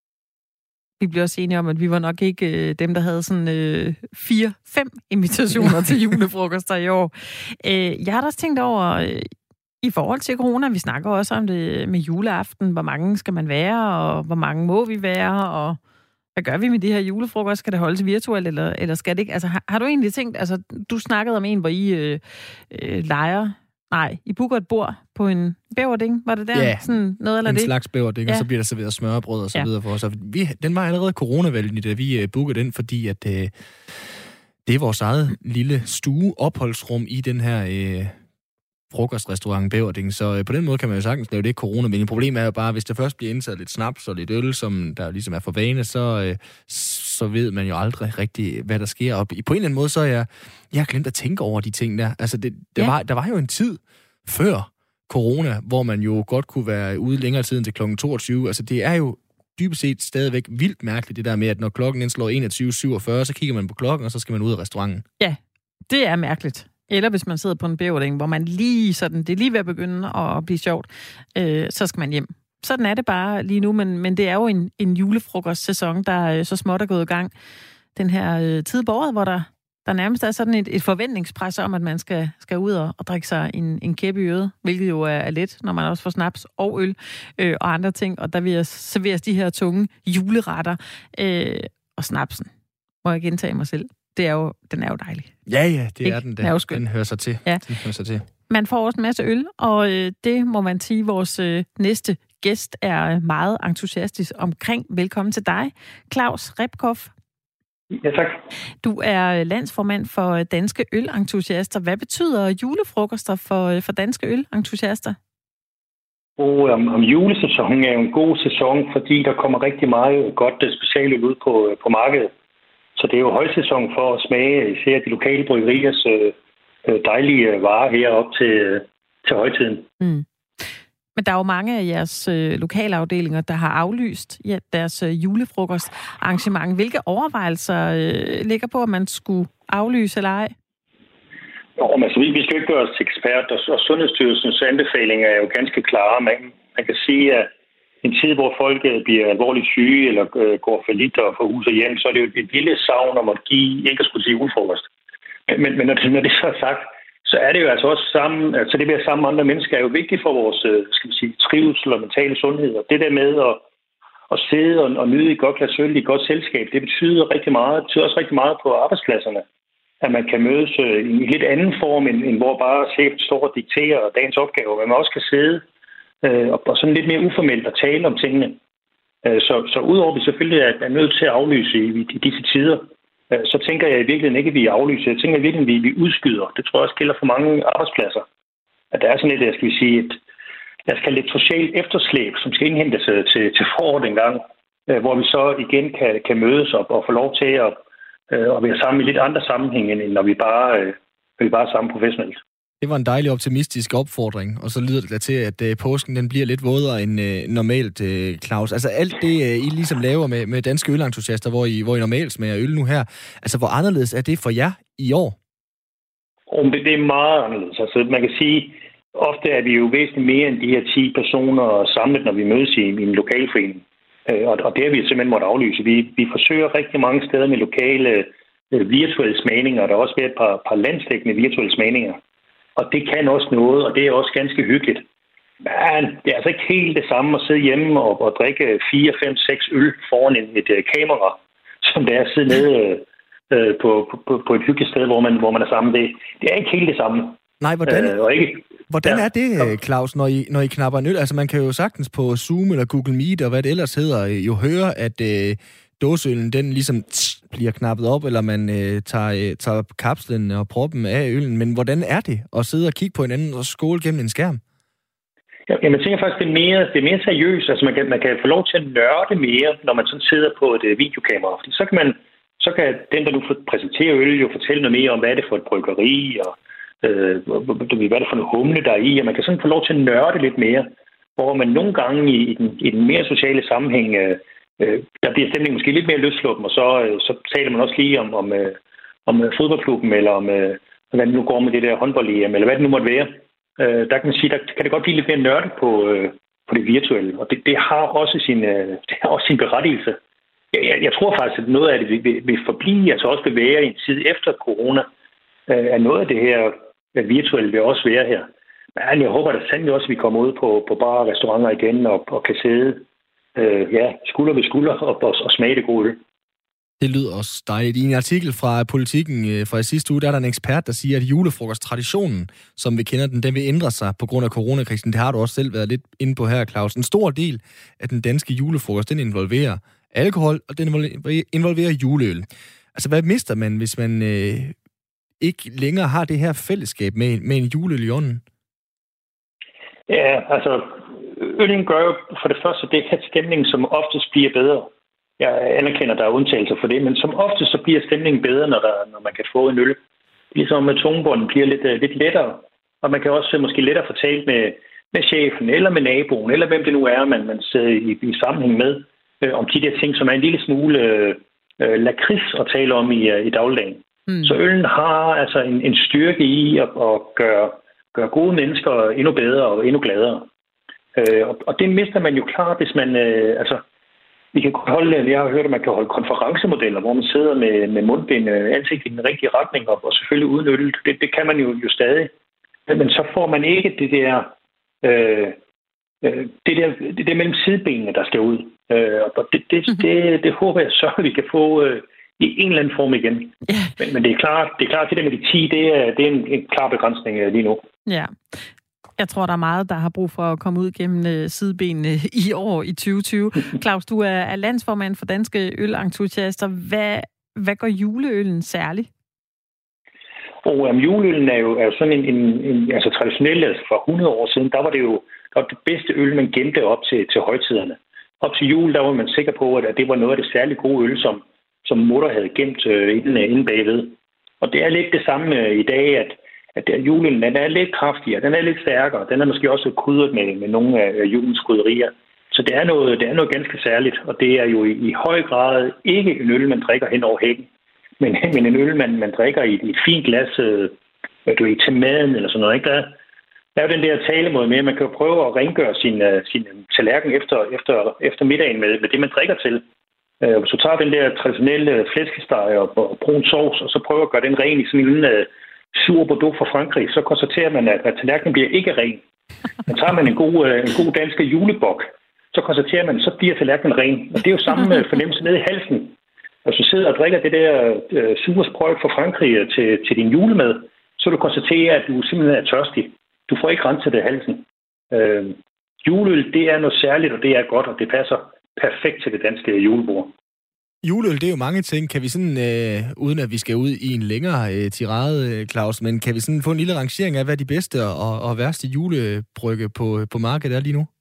Vi blev også enige om, at vi var nok ikke øh, dem, der havde sådan øh, fire, fem invitationer til julefrokoster i år. Øh, jeg har også tænkt over, øh, i forhold til corona, vi snakker også om det med juleaften, hvor mange skal man være, og hvor mange må vi være, og hvad gør vi med de her julefrokoster? Skal det holdes virtuelt, eller, eller skal det ikke? Altså, har, har du egentlig tænkt, altså, du snakkede om en, hvor I øh, øh, leger, nej, I booker et bord på en bæverding, var det der? Ja, sådan noget, eller en det? slags bæverding, ja. Og så bliver der serveret smørbrød og så ja. videre for os. Og vi, den var allerede coronavældig, da vi uh, bookede den, fordi at uh, det er vores eget lille stue-opholdsrum i den her uh, frokostrestaurant Bæverding. Så uh, på den måde kan man jo sagtens lave det corona, men problemet er jo bare, hvis der først bliver indtaget lidt snaps og lidt øl, som der ligesom er for vane, så, uh, så ved man jo aldrig rigtig, hvad der sker. Og på en eller anden måde, så er jeg, jeg har glemt at tænke over de ting der. Altså, det, der, ja. var, der var jo en tid før corona, hvor man jo godt kunne være ude længere tid til klokken toogtyve. Altså, det er jo dybest set stadigvæk vildt mærkeligt, det der med, at når klokken indslår enogtyve syvogfyrre, så kigger man på klokken, og så skal man ud af restauranten. Ja, det er mærkeligt. Eller hvis man sidder på en bæverding, hvor man lige sådan, det er lige ved at begynde at blive sjovt, øh, så skal man hjem. Sådan er det bare lige nu, men, men det er jo en, en julefrokostsæson, der øh, så småt er gået i gang. Den her øh, tid på året, hvor der, der nærmest er sådan et, et forventningspres om, at man skal, skal ud og, og drikke sig en, en kæppe i øret, hvilket jo er, er let, når man også får snaps og øl øh, og andre ting, og der vil serveres de her tunge juleretter. Øh, og snapsen, må jeg gentage mig selv, det er jo, den er jo dejlig. Ja, ja, det ikke? er den. Den, den, er den hører sig til. Ja. Den hører sig til. Man får også en masse øl, og øh, det må man sige, vores øh, næste gæst er meget entusiastisk omkring. Velkommen til dig, Claus Repkov. Ja, tak. Du er landsformand for Danske Ølentusiaster. Hvad betyder julefrokoster for, for danske ølentusiaster? Og om, om julesæsonen er jo en god sæson, fordi der kommer rigtig meget godt specialøl ud på, på markedet. Så det er jo højsæson for at smage især de lokale bryggeriers øh, dejlige varer herop til, til højtiden. Mm. Men der er jo mange af jeres øh, lokalafdelinger, der har aflyst ja, deres øh, julefrokostarrangement. Hvilke overvejelser øh, ligger på, at man skulle aflyse eller ej? Jo, men altså, vi, vi skal ikke gøre os til ekspert, og, og Sundhedsstyrelsens anbefalinger er jo ganske klare. Man, man kan sige, at en tid, hvor folk bliver alvorligt syge eller øh, går for lidt og får hus og hjem, så er det jo et lille savn om at give, ikke at skulle til julefrokost. Men, men når, det, når det så er sagt, så er det jo altså også sammen, altså det ved at sammen med andre mennesker er jo vigtigt for vores, skal vi sige, trivsel og mentale sundhed. Og det der med at, at sidde og, og nyde et godt glas øl i et godt selskab, det betyder rigtig meget. Det betyder også rigtig meget på arbejdspladserne, at man kan mødes i en lidt anden form, end, end hvor bare chefen står og dikterer dagens opgaver. Men man også kan sidde øh, og, og sådan lidt mere uformelt og tale om tingene. Øh, så, så udover vi selvfølgelig er, er nødt til at aflyse i, i disse tider, så tænker jeg i virkeligheden ikke, at vi aflyser. Jeg tænker i virkeligheden, at vi udskyder. Det tror jeg også gælder for mange arbejdspladser. At der er sådan et, skal vi sige, et, lad os kalde det et socialt efterslæb, som skal indhentes til, til foråret en gang, hvor vi så igen kan, kan mødes op og få lov til at, at være sammen i lidt andre sammenhænge, end når vi bare, når vi bare er sammen professionelt. Det var en dejlig optimistisk opfordring, og så lyder det da til, at øh, påsken den bliver lidt vådere end øh, normalt, øh, Claus. Altså alt det, øh, I ligesom laver med, med danske ølentusiaster, hvor I, hvor I normalt smager øl nu her, altså hvor anderledes er det for jer i år? Oh, det, det er meget anderledes. Altså man kan sige, ofte er vi jo væsentligt mere end de her ti personer samlet, når vi mødes i, i en lokalforening. Øh, og, og det har vi simpelthen måttet aflyse. Vi, vi forsøger rigtig mange steder med lokale øh, virtuelle smagninger, og der er også været et par, par landsdækkende virtuelle smagninger. Og det kan også noget, og det er også ganske hyggeligt. Men det er altså ikke helt det samme at sidde hjemme og, og drikke fire, fem, seks øl foran et, et, et kamera, som det er at sidde nede øh, på, på, på et hyggeligt sted, hvor man, hvor man er sammen. Det, det er ikke helt det samme. Nej, hvordan, øh, og ikke, hvordan ja, er det, Claus, når I, når I knapper en øl? Altså man kan jo sagtens på Zoom eller Google Meet og hvad det ellers hedder, jo høre, at øh, dåseøllen den ligesom tss, bliver knappet op, eller man øh, tager, øh, tager kapslen og proppen af øllen. Men hvordan er det at sidde og kigge på hinanden og skåle gennem en skærm? Ja, jeg tænker faktisk, det er mere, det er mere seriøst. Altså man kan, man kan få lov til at nørde mere, når man sådan sidder på et uh, videokamera. Fordi så kan man, så kan den, der nu præsenterer øl, jo fortælle noget mere om, hvad er det for et bryggeri, og øh, hvad er det for en humle, der er i. Og man kan sådan få lov til at nørde lidt mere, hvor man nogle gange i, i, den, i den mere sociale sammenhæng, øh, øh, der bliver stemningen måske lidt mere løssluppen, og så, øh, så taler man også lige om, om, øh, om øh, fodboldklubben, eller om, øh, hvad det nu går med det der håndbold-E M, eller hvad det nu måtte være. Øh, der kan man sige, der kan det godt blive lidt mere nørdet på, øh, på det virtuelle, og det, det har også sin, øh, det har også sin berettigelse. Jeg, jeg, jeg tror faktisk, at noget af det vil, vil forblive, altså også vil være i en tid efter corona, øh, at noget af det her øh, virtuelle vil også være her. Men jeg håber da sandelig også, at vi kommer ud på, på bar og restauranter igen og, og kan sidde øh, ja, skulder ved skulder og, og, og smage det gode øl. Det lyder også dejligt. I en artikel fra Politikken fra sidste uge, der er der en ekspert, der siger, at julefrokosttraditionen, som vi kender den, den vil ændre sig på grund af coronakrisen. Det har du også selv været lidt inde på her, Claus. En stor del af den danske julefrokost, den involverer alkohol, og den involverer juleøl. Altså, hvad mister man, hvis man øh, ikke længere har det her fællesskab med, med en juleøl i ånden? Ja, altså, øllen gør jo for det første, det er stemningen, som oftest bliver bedre. Jeg anerkender, at der er undtagelser for det, men som ofte så bliver stemningen bedre, når, der, når man kan få en øl. Ligesom at tungebånden bliver lidt, lidt lettere, og man kan også måske lettere få talt med, med chefen, eller med naboen, eller hvem det nu er, man, man sidder i, i sammenhæng med, øh, om de der ting, som er en lille smule øh, lakrids at tale om i, i dagligdagen. Mm. Så øllen har altså en, en styrke i at, at gøre, gøre gode mennesker endnu bedre og endnu gladere. Øh, og, og det mister man jo klart, hvis man... Øh, altså, Vi kan holde, jeg har hørt, at man kan holde konferencemodeller, hvor man sidder med, med mundbind ansigt i den rigtige retning, og, og selvfølgelig uden øl. Det, det kan man jo, jo stadig. Men så får man ikke det der, øh, det der, det der mellem sidebenene, der skal ud. Øh, og det, det, det, det håber jeg så, at vi kan få øh, i en eller anden form igen. Yeah. Men, men det er klart, det er klart, det der med de ti, det er, det er en, en klar begrænsning øh, lige nu. Ja. Jeg tror, der er meget, der har brug for at komme ud gennem øh, sidebenene i år i tyve tyve. Claus, du er, er landsformand for Danske Ølentusiaster. Hvad, hvad gør juleøllen særlig? Og um, juleøllen er jo, er jo sådan en, en, en altså traditionelt, altså for hundrede år siden, der var det jo der var det bedste øl, man gemte op til, til højtiderne. Op til jul, der var man sikker på, at det var noget af det særligt gode øl, som, som mutter havde gemt øh, inden, inden bagved. Og det er lidt det samme øh, i dag, at at julen, den er lidt kraftigere, den er lidt stærkere, den er måske også krydret med, med nogle af julens krydderier. Så det er, noget, det er noget ganske særligt, og det er jo i, i høj grad ikke en øl, man drikker hen over hækken, men, men en øl, man, man drikker i, i et fint glas øh, du er til maden eller sådan noget. Ikke? Der, der er jo den der talemåde med, at man kan jo prøve at rengøre sin, sin tallerken efter, efter, efter middagen med, med det, man drikker til. Øh, hvis du tager den der traditionelle flæskesteg og, og brun sovs, og så prøver at gøre den ren i sådan en øh, sur Bordeaux fra Frankrig, så konstaterer man, at, at tallerkenen bliver ikke ren. Men tager man en god, en god dansk julebok, så konstaterer man, så bliver tallerkenen ren. Og det er jo samme fornemmelse nede i halsen. Hvis du sidder og drikker det der uh, sure sprøjt fra Frankrig til, til din julemad, så du konstaterer, at du simpelthen er tørstig. Du får ikke renset det i halsen. Uh, juleøl, det er noget særligt, og det er godt, og det passer perfekt til det danske julebord. Juleøl, det er jo mange ting. Kan vi sådan, øh, uden at vi skal ud i en længere øh, tirade, Claus, men kan vi sådan få en lille rangering af, hvad de bedste og, og værste julebrygge på, på markedet er lige nu?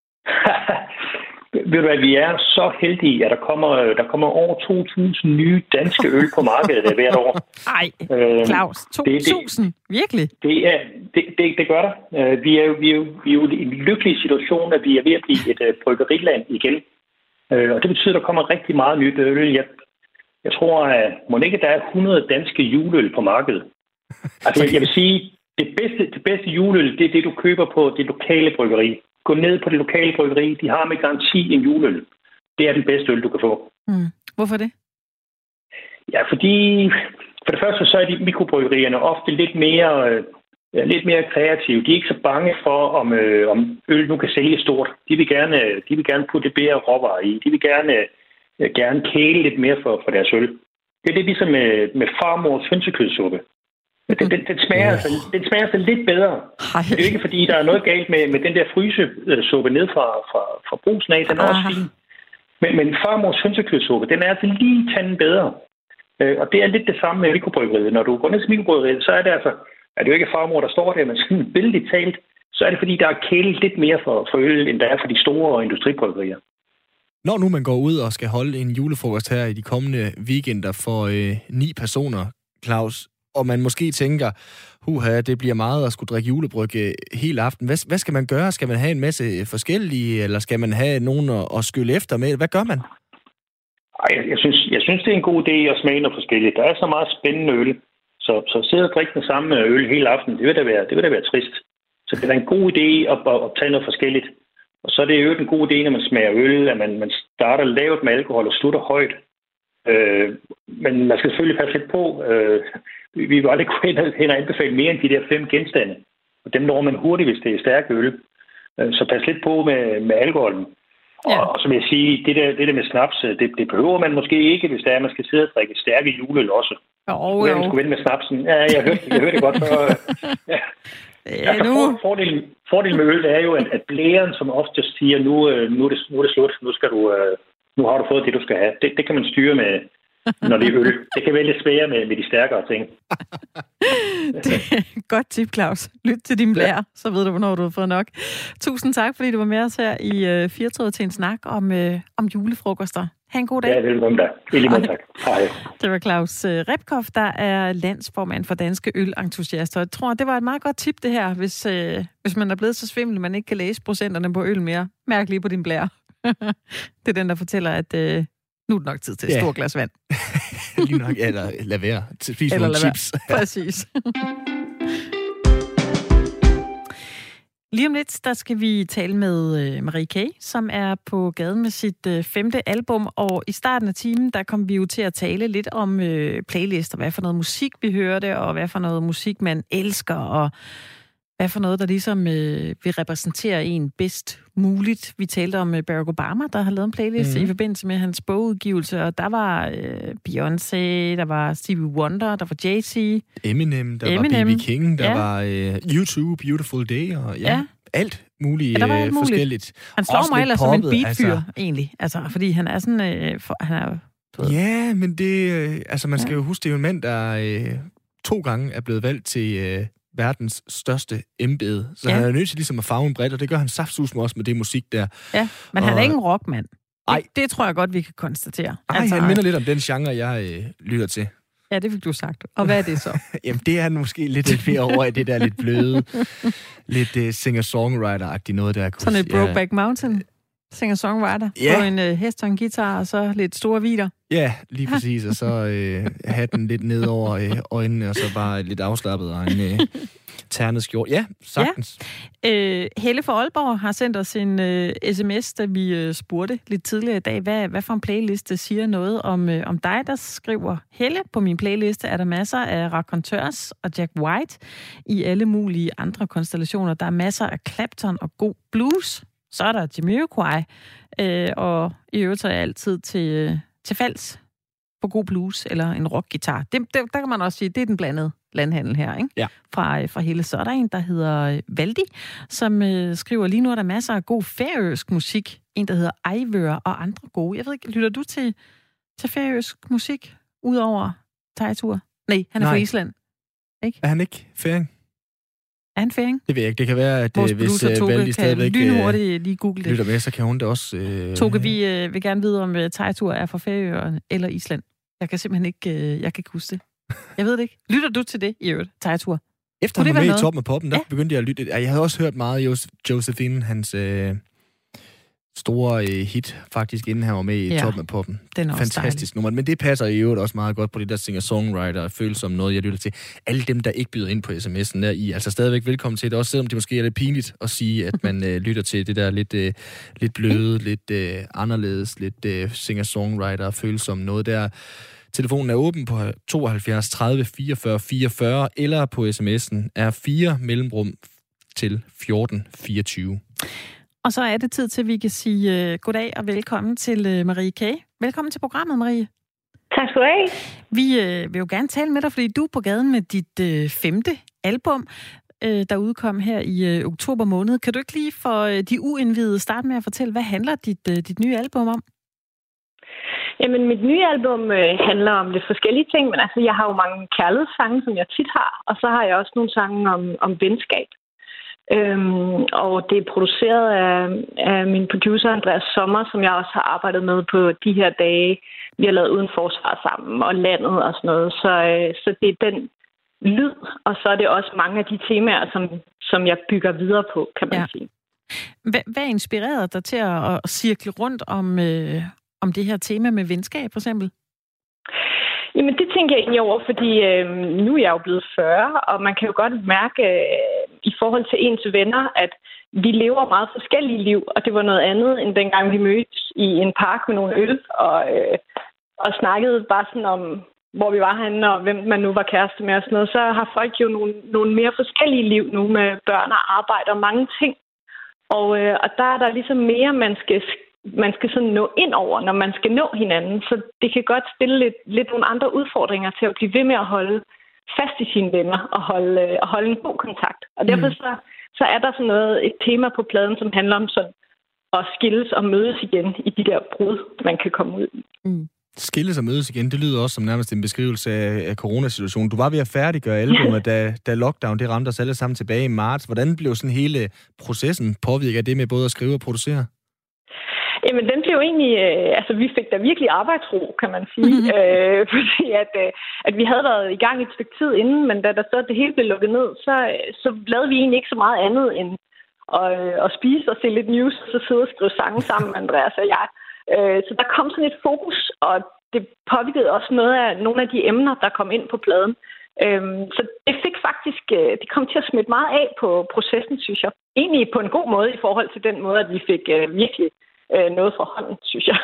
Ved du hvad, vi er så heldige, at der kommer, der kommer over to tusind nye danske øl på markedet hvert år. Ej, Claus, to tusind? Det, det, virkelig? Det, er, det, det, det gør der. Vi er, jo, vi, er jo, vi er jo i en lykkelig situation, at vi er ved at blive et bryggeriland igen. Og det betyder, at der kommer rigtig meget nyt øl. Jeg, jeg tror, at må ikke, der er hundrede danske juleøl på markedet. Altså, jeg, jeg vil sige, det bedste, det bedste juleøl, det er det, du køber på det lokale bryggeri. Gå ned på det lokale bryggeri. De har med garanti en juleøl. Det er den bedste øl, du kan få. Mm. Hvorfor det? Ja, fordi for det første så er de mikrobryggerierne ofte lidt mere, ja, lidt mere kreative. De er ikke så bange for, om, øh, om øl nu kan sælge stort. De vil gerne, de vil gerne putte bedre råvarer i. De vil gerne, øh, gerne kæle lidt mere for, for deres øl. Det er det ligesom med, med farmors hønsekødssuppe. Den, den, den, smager altså, den smager altså lidt bedre. Ej. Det er jo ikke, fordi der er noget galt med, med den der frysesuppe ned fra, fra, fra brusen af. Den er også fin. Men, men farmors hønsekødssuppe, den er altså lige tanden bedre. Øh, og det er lidt det samme med mikrobryggeriet. Når du går ned til mikrobryggeriet, så er det altså, er det jo ikke farmor, der står der, men sådan billigt talt, så er det fordi, der er kælet lidt mere for, for øl, end der er for de store industribryggerier. Når nu man går ud og skal holde en julefrokost her i de kommende weekender for øh, ni personer, Claus, og man måske tænker, huha, det bliver meget at skulle drikke julebryg hele aften. Hvad, hvad skal man gøre? Skal man have en masse forskellige, eller skal man have nogen at, at skylle efter med? Hvad gør man? Ej, jeg, jeg, synes, jeg synes, det er en god idé at smage noget forskelligt. Der er så meget spændende øl, så, så sidde og drikke den samme øl hele aften, det vil da være, det vil da være trist. Så det er en god idé at, at, at tage noget forskelligt. Og så er det jo en god idé, når man smager øl, at man, man starter lavt med alkohol og slutter højt. Øh, men man skal selvfølgelig passe lidt på. Øh, vi vil aldrig gå hen og anbefale mere end de der fem genstande. Og dem når man hurtigt, hvis det er stærke øl. Øh, så pas lidt på med, med alkoholen. Ja. Og, og som jeg siger, det der, det der med snaps, det, det behøver man måske ikke, hvis det er, at man skal sidde og drikke stærke juleøl også. Jo, jo. Man skulle vende med snapsen. Ja, jeg hørte, jeg hørte det godt. Så, ja. Ja, altså, for, fordelen, fordelen med øl er jo, at, at blæren, som ofte siger, nu, nu, er det, nu er det slut, nu, skal du, nu har du fået det, du skal have. Det, det kan man styre med, når det er øl. Det kan være lidt sværere med, med de stærkere ting. Det er godt tip, Claus. Lyt til din blære, ja. Så ved du, hvornår du har fået nok. Tusind tak, fordi du var med os her i uh, Firtoget til en snak om, uh, om julefrokoster. Ha' en god dag. Ja, velkommen da. I lige måde, tak. Hej. Det var Claus Repkov, der er landsformand for Danske Ølentusiaster. Jeg tror, det var et meget godt tip, det her, hvis, uh, hvis man er blevet så svimmel, man ikke kan læse procenterne på øl mere. Mærk lige på din blære. Det er den, der fortæller, at uh, nu er det nok tid til et ja. stort glas vand. Lige nok, eller lad være. Spis nogle chips. Præcis. Lige om lidt, der skal vi tale med Marie K., som er på gaden med sit øh, femte album, og i starten af timen, der kom vi jo til at tale lidt om øh, playlister, hvad for noget musik vi hørte, og hvad for noget musik man elsker, og hvad for noget, der ligesom øh, vil repræsentere en bedst muligt. Vi talte om øh, Barack Obama, der har lavet en playlist mm. i forbindelse med hans bogudgivelse, og der var øh, Beyoncé, der var Stevie Wonder, der var Jay-Z. Eminem, der Eminem. var B B King, der ja. var øh, U to, Beautiful Day, og ja, ja. alt muligt, ja, alt muligt forskelligt. Han slår mig ellers som en beatfyr, altså. egentlig, altså, fordi han er sådan... Øh, for, han er, ja, men det... Øh, altså, man skal ja. jo huske, det er jo en mand, der øh, to gange er blevet valgt til... Øh, verdens største embede. Så ja. han er nødt til ligesom at farve en bredt, og det gør han saftsusme også med det musik der. Ja, men og... han er ikke en rockmand. Det, det tror jeg godt, vi kan konstatere. Nej, altså, han minder lidt om den genre, jeg øh, lytter til. Ja, det fik du sagt. Og hvad er det så? Jamen, det er måske lidt mere over i det der lidt bløde, lidt uh, singer-songwriter-agtigt noget, der kunne... Sådan et Brokeback ja. Mountain singer-songwriter ja. på en øh, hest og en guitar, og så lidt store vider. Ja, lige præcis. Og så øh, hatten lidt ned over øh, øjnene, og så bare lidt afslappet og en øh, ternet skjort. Ja, sagtens. Ja. Øh, Helle fra Aalborg har sendt os en øh, sms, da vi øh, spurgte lidt tidligere i dag, hvad, hvad for en playliste siger noget om, øh, om dig, der skriver Helle. På min playliste er der masser af raconteurs og Jack White i alle mulige andre konstellationer. Der er masser af Clapton og god blues. Så er der Jamiroquai, øh, og i øvrigt er jeg altid til, øh, til falds på god blues eller en rockgitar. Det, det, der kan man også sige, det er den blandede landhandel her, ikke? Ja. Fra, fra hele. Så er der en, der hedder Valdi, som øh, skriver, lige nu er der masser af god færøsk musik. En, der hedder Ejvør og andre gode. Jeg ved ikke, lytter du til, til færøsk musik, udover Teitur? Nej, han er Nej. fra Island. Ikke? Er han ikke færing? Er han færing? Det ved jeg ikke. Det kan være, at Vores øh, hvis producer øh, Toge Valdi stadigvæk kan lynhurtigt lige google det. lytter med, så kan hun det også... Øh... Toge, vi øh, vil gerne vide, om uh, Teitur er fra Færøerne eller Island. Jeg kan simpelthen ikke, øh, jeg kan ikke huske det. Jeg ved det ikke. Lytter du til det i øvrigt, Teitur? Efter han var med i Toppen af Poppen, der ja. begyndte jeg at lytte. Jeg havde også hørt meget Jos- Josephine, hans øh, store øh, hit, faktisk, inden han var med i ja. Toppen af Poppen. Den er fantastisk nummer. Men det passer i øvrigt også meget godt på det der singer-songwriter og føles som noget, jeg lytter til. Alle dem, der ikke byder ind på sms'en, der I altså stadigvæk velkommen til det, også selvom det måske er lidt pinligt at sige, at man øh, lytter til det der lidt, øh, lidt bløde, lidt øh, anderledes, lidt øh, singer-songwriter og føles som noget der. Telefonen er åben på tooghalvfjerds tredive fireogfyrre fireogfyrre, eller på sms'en er fire mellemrum til fjorten fireogtyve. Og så er det tid til, at vi kan sige uh, goddag og velkommen til uh, Marie K. Velkommen til programmet, Marie. Tak skal du have. Vi uh, vil jo gerne tale med dig, fordi du er på gaden med dit uh, femte album, uh, der udkom her i uh, oktober måned. Kan du ikke lige for uh, de uindvidede starte med at fortælle, hvad handler dit, uh, dit nye album om? Jamen, mit nye album øh, handler om lidt forskellige ting, men altså, jeg har jo mange kærlighedssange, som jeg tit har, og så har jeg også nogle sange om, om venskab. Øhm, og det er produceret af, af min producer, Andreas Sommer, som jeg også har arbejdet med på de her dage. Vi har lavet Uden Forsvar sammen, og Landet og sådan noget. Så, øh, så det er den lyd, og så er det også mange af de temaer, som, som jeg bygger videre på, kan man ja. sige. Hvad, hvad inspirerede dig til at, at cirkle rundt om... Øh om det her tema med venskab, for eksempel? Jamen, det tænker jeg egentlig over, fordi øh, nu er jeg jo blevet fyrre, og man kan jo godt mærke øh, i forhold til ens venner, at vi lever meget forskellige liv, og det var noget andet, end dengang vi mødtes i en park med nogle øl, og, øh, og snakkede bare sådan om, hvor vi var henne, og hvem man nu var kæreste med og sådan noget. Så har folk jo nogle, nogle mere forskellige liv nu med børn og arbejde og mange ting. Og, øh, og der er der ligesom mere, man skal man skal sådan nå ind over, når man skal nå hinanden. Så det kan godt stille lidt, lidt nogle andre udfordringer til at blive ved med at holde fast i sine venner og holde, og holde en god kontakt. Og derfor så, så er der sådan noget, et tema på pladen, som handler om sådan at skilles og mødes igen i de der brud, man kan komme ud i. Mm. Skilles og mødes igen, det lyder også som nærmest en beskrivelse af, af coronasituationen. Du var ved at færdiggøre albumet, da, da lockdown det ramte os alle sammen tilbage i marts. Hvordan blev sådan hele processen påvirket af det med både at skrive og producere? Jamen, den blev egentlig... Øh, altså, vi fik da virkelig arbejdsro, kan man sige. Mm-hmm. Øh, fordi at, øh, at vi havde været i gang et stykke tid inden, men da der så det hele blev lukket ned, så, så lavede vi egentlig ikke så meget andet end at, øh, at spise og se lidt news, og så sidde og skrive sange sammen, Andreas og jeg. Øh, så der kom sådan et fokus, og det påvirkede også noget af nogle af de emner, der kom ind på pladen. Øh, så det fik faktisk... Øh, det kom til at smitte meget af på processen, synes jeg. Egentlig på en god måde i forhold til den måde, at vi fik øh, virkelig... noget fra hånden, synes jeg.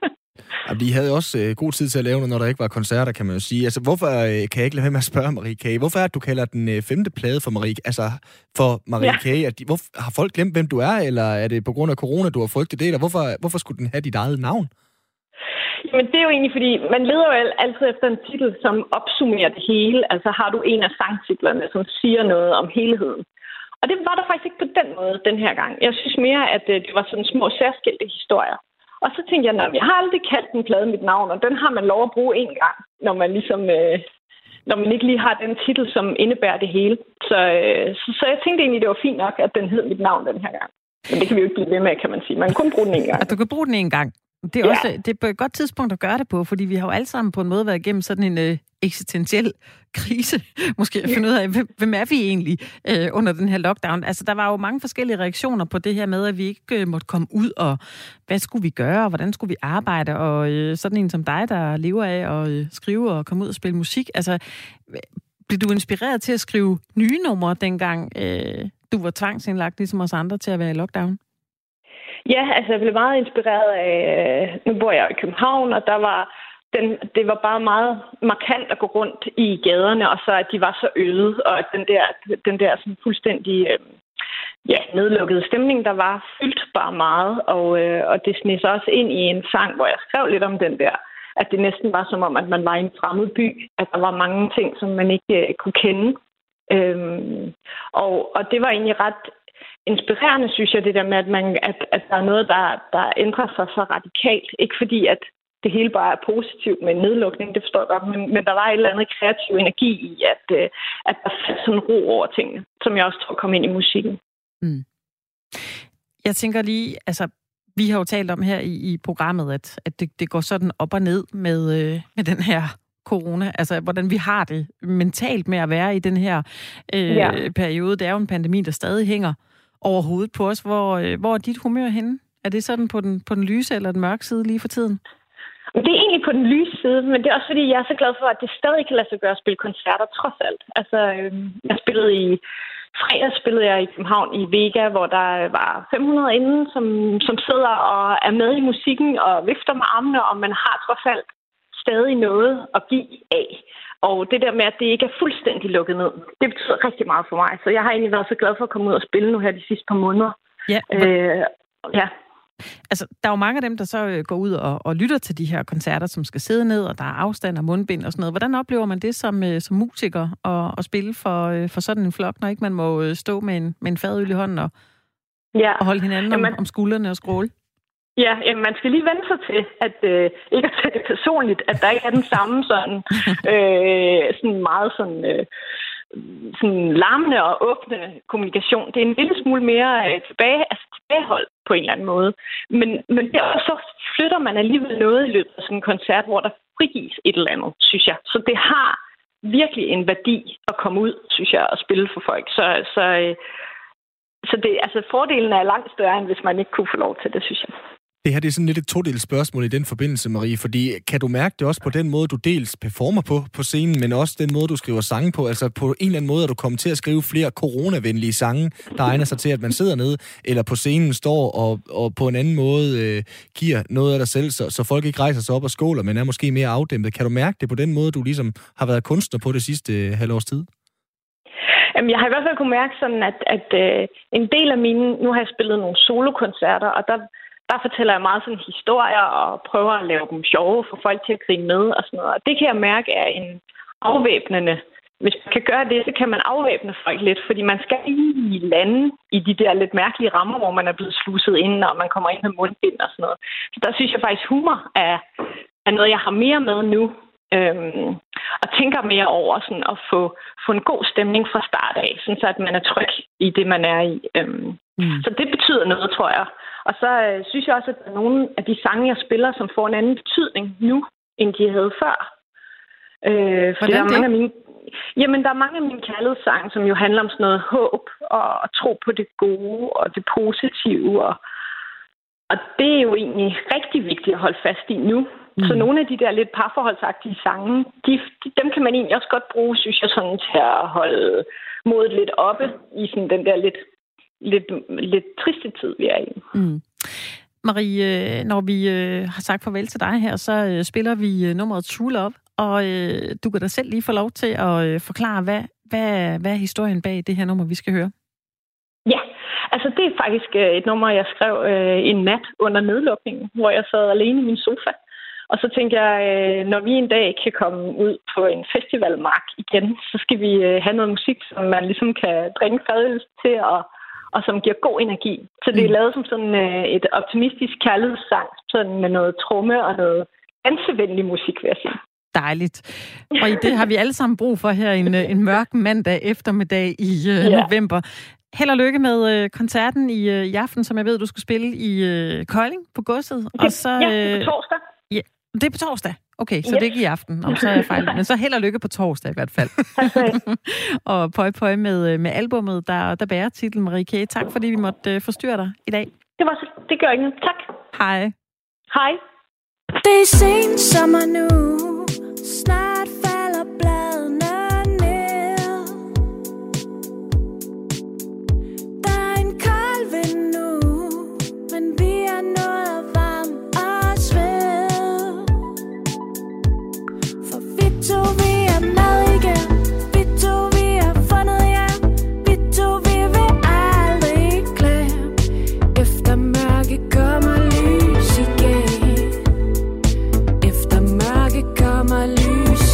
Og de havde også øh, god tid til at lave noget, når der ikke var koncerter, kan man jo sige. Altså, hvorfor øh, kan jeg ikke lade være med at spørge Marie K? Hvorfor er det, du kalder den øh, femte plade for Marie, altså for Marie ja. K? At de, hvor, har folk glemt, hvem du er, eller er det på grund af corona, du har frygtet det? Eller hvorfor, hvorfor skulle den have dit eget navn? Jamen, det er jo egentlig, fordi man leder jo altid efter en titel, som opsummerer det hele. Altså, har du en af sangtitlerne, som siger noget om helheden. Og det var der faktisk ikke på den måde den her gang. Jeg synes mere, at det var sådan små særskilte historier. Og så tænkte jeg, at jeg har aldrig kaldt en plade mit navn, og den har man lov at bruge en gang, når man ligesom, øh, når man ikke lige har den titel, som indebærer det hele. Så, øh, så, så jeg tænkte egentlig, det var fint nok, at den hed mit navn den her gang. Men det kan vi jo ikke blive ved med, kan man sige. Man kan kun bruge den en gang. At du kan bruge den en gang. Det er, ja. også, det er på et godt tidspunkt at gøre det på, fordi vi har jo alle sammen på en måde været igennem sådan en øh, eksistentiel krise. Måske at finde ud af, hvem er vi egentlig øh, under den her lockdown? Altså, der var jo mange forskellige reaktioner på det her med, at vi ikke øh, måtte komme ud, og hvad skulle vi gøre, og hvordan skulle vi arbejde? Og øh, sådan en som dig, der lever af at øh, skrive og komme ud og spille musik. Altså, blev du inspireret til at skrive nye numre, dengang øh, du var tvangsindlagt, ligesom os andre, til at være i lockdown? Ja, altså jeg blev meget inspireret af, nu bor jeg i København, og der var den, det var bare meget markant at gå rundt i gaderne, og så at de var så øde, og at den der, den der sådan fuldstændig ja, nedlukkede stemning, der var fyldt bare meget, og, og det sneg sig også ind i en sang, hvor jeg skrev lidt om den der, at det næsten var som om, at man var i en fremmed by, at der var mange ting, som man ikke kunne kende. Øhm, og, og det var egentlig ret inspirerende, synes jeg, det der med, at, man, at, at der er noget, der, der ændrer sig så radikalt. Ikke fordi, at det hele bare er positivt med en nedlukning, det forstår jeg godt, men, men der var et eller andet kreativ energi i, at, øh, at der fandt sådan ro over tingene, som jeg også tror kom ind i musikken. Mm. Jeg tænker lige, altså, vi har jo talt om her i, i programmet, at, at det, det går sådan op og ned med, øh, med den her corona, altså hvordan vi har det mentalt med at være i den her øh, ja. periode. Det er jo en pandemi, der stadig hænger over hovedet på os. Hvor, øh, hvor er dit humør henne? Er det sådan på den, på den lyse eller den mørke side lige for tiden? Det er egentlig på den lyse side, men det er også fordi, jeg er så glad for, at det stadig kan lade sig gøre at spille koncerter, trods alt. Altså, øh, jeg spillede i fredag spillede jeg i København i Vega, hvor der var fem hundrede inde, som, som sidder og er med i musikken og vifter med armene, og man har trods alt stadig noget at give af. Og det der med, at det ikke er fuldstændig lukket ned, det betyder rigtig meget for mig. Så jeg har egentlig været så glad for at komme ud og spille nu her de sidste par måneder. Ja, øh, ja. Altså, der er jo mange af dem, der så går ud og, og lytter til de her koncerter, som skal sidde ned, og der er afstand og mundbind og sådan noget. Hvordan oplever man det som, som musiker at, at spille for, for sådan en flok, når ikke man må stå med en, med en fadøl i hånden og, ja. og holde hinanden om, jamen, om skuldrene og skråle? Ja, jamen, man skal lige vende sig til, at øh, ikke at tage det personligt, at der ikke er den samme sådan, øh, sådan meget sådan... Øh, sådan larmende og åbne kommunikation. Det er en lille smule mere øh, tilbage, altså tilbagehold på en eller anden måde. Men, men der, så flytter man alligevel noget i løbet af sådan en koncert, hvor der frigives et eller andet, synes jeg. Så det har virkelig en værdi at komme ud, synes jeg, og spille for folk. Så, så, øh, så det, altså, fordelen er langt større, end hvis man ikke kunne få lov til det, synes jeg. Det her det er sådan lidt et todelt spørgsmål i den forbindelse, Marie, fordi kan du mærke det også på den måde, du dels performer på på scenen, men også den måde, du skriver sange på? Altså på en eller anden måde er du kommet til at skrive flere coronavenlige sange, der egner sig til, at man sidder nede, eller på scenen står og, og på en anden måde øh, giver noget af dig selv, så, så folk ikke rejser sig op og skåler, men er måske mere afdæmpet. Kan du mærke det på den måde, du ligesom har været kunstner på det sidste øh, halvårs tid? Jamen, jeg har i hvert fald kunne mærke sådan, at, at øh, en del af mine... Nu har jeg spillet nogle solokoncerter, og der... Der fortæller jeg meget sådan historier og prøver at lave dem sjove, for folk til at grine med og sådan noget. Og det kan jeg mærke er en afvæbnende. Hvis man kan gøre det, så kan man afvæbne folk lidt, fordi man skal lige lande i de der lidt mærkelige rammer, hvor man er blevet sluset ind, og man kommer ind med mundbind og sådan noget. Så der synes jeg faktisk, humor er, er noget, jeg har mere med nu. Øhm, og tænker mere over sådan at få, få en god stemning fra start af, sådan så at man er tryg i det, man er i. Øhm, mm. Så det betyder noget, tror jeg. Og så øh, synes jeg også, at der er nogle af de sange, jeg spiller, som får en anden betydning nu, end de havde før. Øh, for der er mange af mine, jamen, der er mange af mine kærlighedssange, som jo handler om sådan noget håb og, og tro på det gode og det positive. Og, og det er jo egentlig rigtig vigtigt at holde fast i nu. Mm. Så nogle af de der lidt parforholdsagtige sange, de, de, dem kan man egentlig også godt bruge, synes jeg, sådan til at holde modet lidt oppe i sådan den der lidt, lidt, lidt triste tid, vi er i. Mm. Marie, når vi øh, har sagt farvel til dig her, så øh, spiller vi øh, nummeret True Love, og øh, du kan da selv lige få lov til at øh, forklare, hvad, hvad, hvad er historien bag det her nummer, vi skal høre? Ja, altså det er faktisk øh, et nummer, jeg skrev øh, en nat under nedlukningen, hvor jeg sad alene i min sofa. Og så tænkte jeg, øh, når vi en dag kan komme ud på en festivalmark igen, så skal vi øh, have noget musik, som man ligesom kan drikke fadøl til, og, og som giver god energi. Så det er lavet som sådan øh, et optimistisk kærlighedssang, sådan med noget tromme og noget dansevenlig musik, vil jeg sige. Dejligt. Og i det har vi alle sammen brug for her en, en mørk mandag eftermiddag i øh, ja. november. Held og lykke med øh, koncerten i, øh, i aften, som jeg ved, du skal spille i øh, Kolding på Godset. Okay. Og så, øh, ja, på torsdag. Ja, det er på torsdag. Okay, så yes. Det er ikke i aften, om så er jeg fejl. Men så held og lykke på torsdag i hvert fald. Og pøj pøj med, med albummet, der, der bærer titlen Marie K. Tak fordi vi måtte øh, forstyrre dig i dag. Det var så, det gør ikke noget. Tak. Hej. Hej. Det er sen sommer nu. Snart falder bladene ned. Der er en kold vind nu, men vi er nået varm og sved. For vi to, vi er med igen. Vi to, vi er fundet hjem. Vi to, vi vil aldrig glemme. Efter mørke kommer lys igen. Efter mørke kommer lys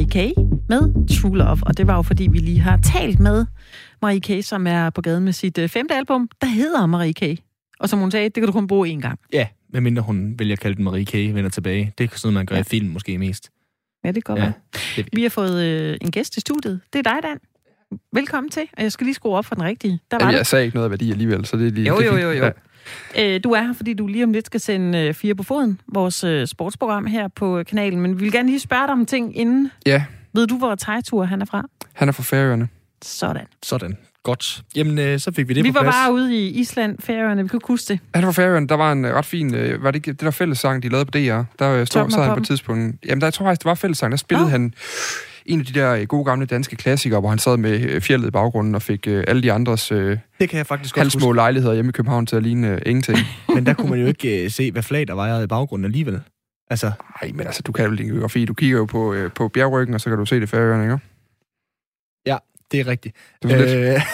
Marie K. med True Love. Og det var jo, fordi vi lige har talt med Marie K., som er på gaden med sit øh, femte album, der hedder Marie K. Og som hun sagde, det kan du kun bruge én gang. Ja, medmindre hun vælger at kalde den Marie K. vender tilbage. Det er sådan noget, man gør ja. i film måske mest. Ja, det går ja, det... Vi har fået øh, en gæst i studiet. Det er dig, Dan. Velkommen til, og jeg skal lige skrue op for den rigtige. Der var Jamen, du. jeg sagde ikke noget af værdi alligevel, så det er lige... Jo, det jo, jo, jo. Ja. Øh, du er her, fordi du lige om lidt skal sende øh, Fire på foden, vores øh, sportsprogram her på kanalen. Men vi vil gerne lige spørge dig om ting inden. Ja. Ved du, hvor Tejtur han er fra? Han er fra Færøerne. Sådan. Sådan. Godt. Jamen, øh, så fik vi det vi på plads. Vi var bare ude i Island, Færøerne. Vi kunne huske det. Han var fra Færøerne. Der var en ret fin... Øh, var det ikke det der fællessang, de lavede på D R? Der stod så han på et tidspunkt... Jamen, der tror jeg, det var fællessang. Der spillede oh. han en af de der gode gamle danske klassikere, hvor han sad med fjeldet i baggrunden og fik øh, alle de andres øh, det kan jeg faktisk godt halvsmå lejligheder hjemme i København til at ligne øh, ingenting. Men der kunne man jo ikke øh, se, hvad flag der vejrede i baggrunden alligevel. Altså... Nej, men altså, du kan vel geografi. Du kigger jo på, øh, på bjergryggen, og så kan du se det Færøerne, ikke? Ja, det er rigtigt. Det er øh...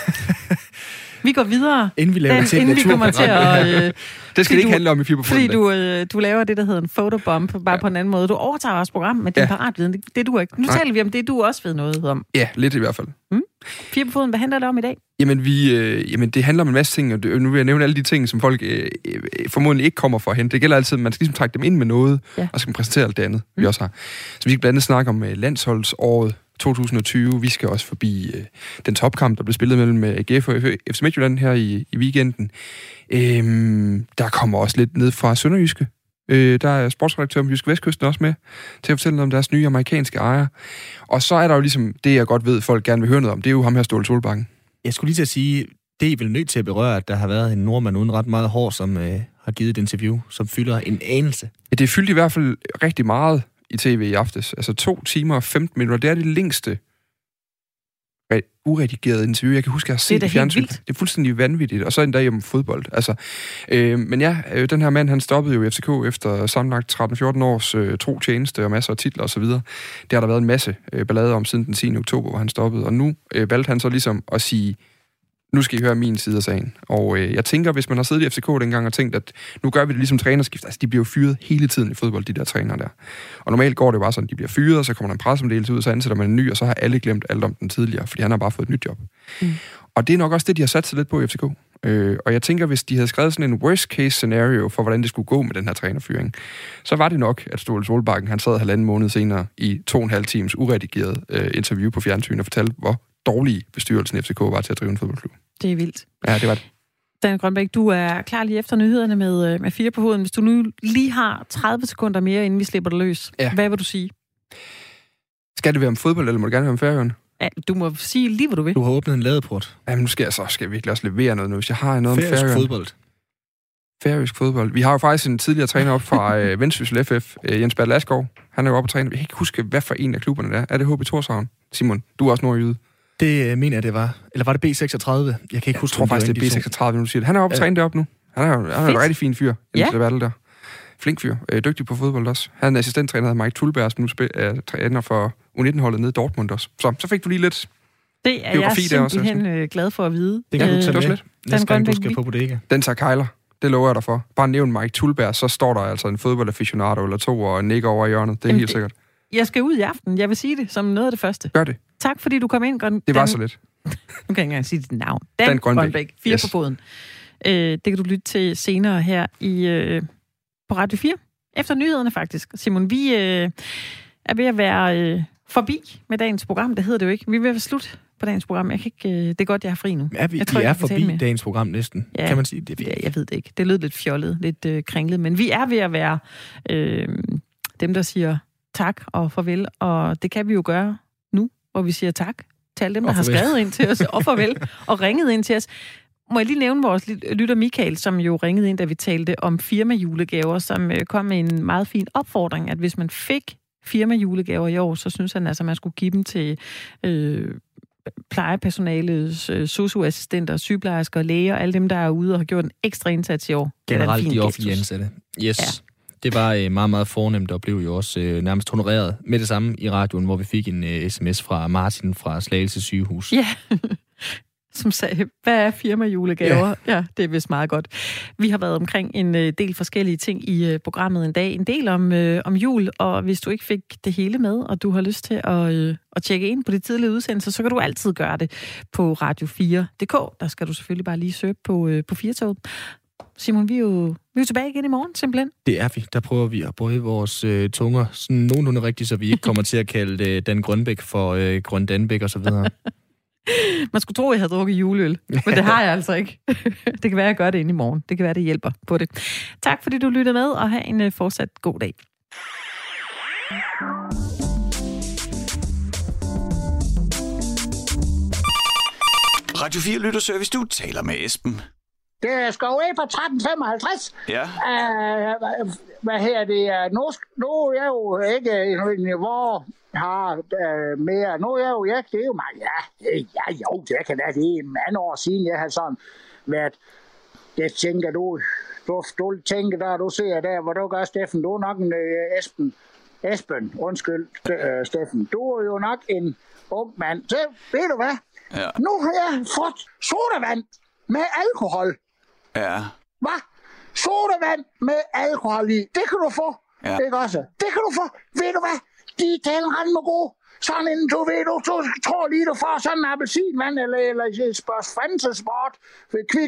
Vi går videre. Inden vi laver Den, til inden vi kommer til at... Øh, det skal det ikke du, handle om i Fire på foden. Fordi du, øh, du laver det, der hedder en photobomb, bare ja. på en anden måde. Du overtager også program med din ja. paratviden. Det, det du ikke. Nu Nej. taler vi om det, du også ved noget om. Ja, lidt i hvert fald. Mm? Fire på foden, hvad handler det om i dag? Jamen, vi, øh, jamen, det handler om en masse ting, og det, nu vil jeg nævne alle de ting, som folk øh, øh, formodentlig ikke kommer for at hente. Det gælder altid, at man skal ligesom trække dem ind med noget, ja. og så skal man præsentere alt det andet, mm. vi også har. Så vi skal blandt andet snakke om øh, landsholdsåret to tusind og tyve. Vi skal også forbi øh, den topkamp, der blev spillet mellem øh, A G F og F C Midtjylland her i, i weekenden. Øhm, der kommer også lidt ned fra Sønderjyske. Øh, der er sportsredaktøren på Jyske Vestkysten også med til at fortælle om deres nye amerikanske ejer. Og så er der jo ligesom det, jeg godt ved, folk gerne vil høre noget om. Det er jo ham her, Ståle Solbakken. Jeg skulle lige til at sige, det er vel nødt til at berøre, at der har været en nordmand uden ret meget hår, som øh, har givet et interview, som fylder en anelse. Ja, det fyldte i hvert fald rigtig meget i tv i aftes. Altså to timer og femten minutter. Det er det længste uredigeret interview. Jeg kan huske, at jeg har set det, det fjernsyn. Det er fuldstændig vanvittigt. Og så en dag om fodbold. Altså, øh, men ja, øh, den her mand, han stoppede jo i F C K efter sammenlagt tretten fjorten års øh, tro tjeneste og masser af titler osv. Det har der været en masse øh, ballade om siden den tiende oktober, hvor han stoppede. Og nu øh, valgte han så ligesom at sige, nu skal I høre min side af sagen. Og øh, jeg tænker, hvis man har siddet i F C K dengang og tænkt, at nu gør vi det ligesom trænerskift. Altså, de bliver jo fyret hele tiden i fodbold, de der trænere der. Og normalt går det jo bare sådan, de bliver fyret, og så kommer der en pressemeddelelse ud, så ansætter man en ny, og så har alle glemt alt om den tidligere, fordi han har bare fået et nyt job. Mm. Og det er nok også det, de har sat sig lidt på i F C K. Øh, og jeg tænker, hvis de havde skrevet sådan en worst case scenario for, hvordan det skulle gå med den her trænerfyring, så var det nok, at Ståle Solbakken, han sad halvanden måned senere i to og en halv times uredigeret øh, interview på fjernsyn og fortalte, hvor dårlig bestyrelsen F C K var til at drive en fodboldklub. Det er vildt. Ja, det var det. Dan Grønbæk, du er klar lige efter nyhederne med, med Fire på foden. Hvis du nu lige har tredive sekunder mere, inden vi slipper det løs, ja. Hvad vil du sige? Skal det være om fodbold, eller må det gerne være om Færøerne? Ja, du må sige lige, hvad du vil. Du har åbnet en ladeport. Jamen, nu skal jeg så skal jeg virkelig også levere noget nu. Hvis jeg har noget Færøsk om Færøerne. fodbold. Færøsk fodbold. Vi har jo faktisk en tidligere træner op fra øh, Vendsyssel F F, øh, Jens Bertel Askov. Han er jo oppe og træne. Jeg kan ikke huske, hvad for en af klubberne det er. Er det H B Tórshavn? Simon, du er også nordjyde. Det mener jeg, det var. Eller var det B seksogtredive? Jeg kan ikke jeg huske, tror faktisk, det er B seksogtredive, nu du siger det. Han er oppe og træne deroppe nu. Han er jo han er en rigtig fin fyr. Ja. Der. Flink fyr. Øh, dygtig på fodbold også. Han er assistenttræner af Mike Tulberg, som nu spil, er træner for U nitten-holdet nede i Dortmund også. Så, så fik du lige lidt det er jeg simpelthen også, glad for at vide. Det kan du tage øh, med. Næste gang, du skal på bodega. Den tager kejler. Det lover jeg dig for. Bare nævn Mike Tulberg, så står der altså en fodboldaficionado eller to og nikker over i hjørnet. Det er Jamen, helt sikkert. Jeg skal ud i aften. Jeg vil sige det som noget af det første. Gør det. Tak, fordi du kom ind. Dan... Det var så lidt. Nu kan jeg ikke engang sige dit navn. Dan, Dan Grønbæk. Grønbæk. Fire yes. på foden. Øh, det kan du lytte til senere her i øh, på Radio fire. Efter nyhederne faktisk. Simon, vi øh, er ved at være øh, forbi med dagens program. Det hedder det jo ikke. Vi er ved at være slut på dagens program. Jeg kan ikke, øh, det er godt, jeg er fri nu. Er vi, jeg tror, vi er jeg forbi med. dagens program næsten. Ja, kan man sige det? Ja, jeg ved det ikke. Det lød lidt fjollet, lidt øh, kringlet. Men vi er ved at være øh, dem, der siger tak og farvel. Og det kan vi jo gøre nu, hvor vi siger tak til alle dem, der har skrevet ind til os. Og farvel. Og ringet ind til os. Må jeg lige nævne vores lytter Michael, som jo ringede ind, da vi talte om firmajulegaver, som kom med en meget fin opfordring, at hvis man fik firmajulegaver i år, så synes han altså, at man skulle give dem til øh, plejepersonalet, øh, sosu-assistenter, sygeplejersker, læger, alle dem, der er ude og har gjort en ekstra indsats i år. Generelt de offentlige ansatte. Yes. Ja. Det var øh, meget, meget fornemt, og blev jo også øh, nærmest honoreret med det samme i radioen, hvor vi fik en øh, sms fra Martin fra Slagelse sygehus. Ja. som sagde, hvad er firmajulegaver? Ja. ja, det er vist meget godt. Vi har været omkring en del forskellige ting i programmet en dag. En del om, øh, om jul, og hvis du ikke fik det hele med, og du har lyst til at, øh, at tjekke ind på de tidlige udsendelser, så kan du altid gøre det på radio fire punktum d k. Der skal du selvfølgelig bare lige søge på, øh, på fire-toget. Simon, vi er, jo, vi er jo tilbage igen i morgen, simpelthen. Det er vi. Der prøver vi at bøje vores øh, tunger sådan nogenlunde rigtigt, så vi ikke kommer til at kalde øh, Dan Grønbæk for øh, Grøn Danbæk og så videre. Man skulle tro, at jeg havde drukket juleøl, men det har jeg altså ikke. Det kan være, at jeg gør det ind i morgen. Det kan være, det hjælper på det. Tak, fordi du lyttede med, og have en øh, fortsat god dag. Radio fire Lytterservice, du taler med Esben. Det er skov af på tretten femoghalvtreds. Ja. Uh, hvad her det? Nu, nu er jeg jo ikke i niveau har uh, mere. Nu er jeg jo ikke. Det er jo mig. Ja, ja jo, det kan da. Det er mange år siden, jeg har sådan været. Det tænker du. Du, du tænker der, du ser der, hvor du gør, Steffen. Du er nok en uh, Esben. Esben, undskyld, uh, Steffen. Du er jo nok en ung mand. Så ved du hvad? Ja. Nu har jeg fået sodavand med alkohol. Ja. Hvad? Sodavand med alkohol i. Det kan du få. Ja. Ikke også? Det kan du få. Ved du hvad? De taler rent med gode. Sådan en, du ved, du, du tror lige, du får sådan en appelsinvand, eller, eller et spørgs Fantesport, Kvik,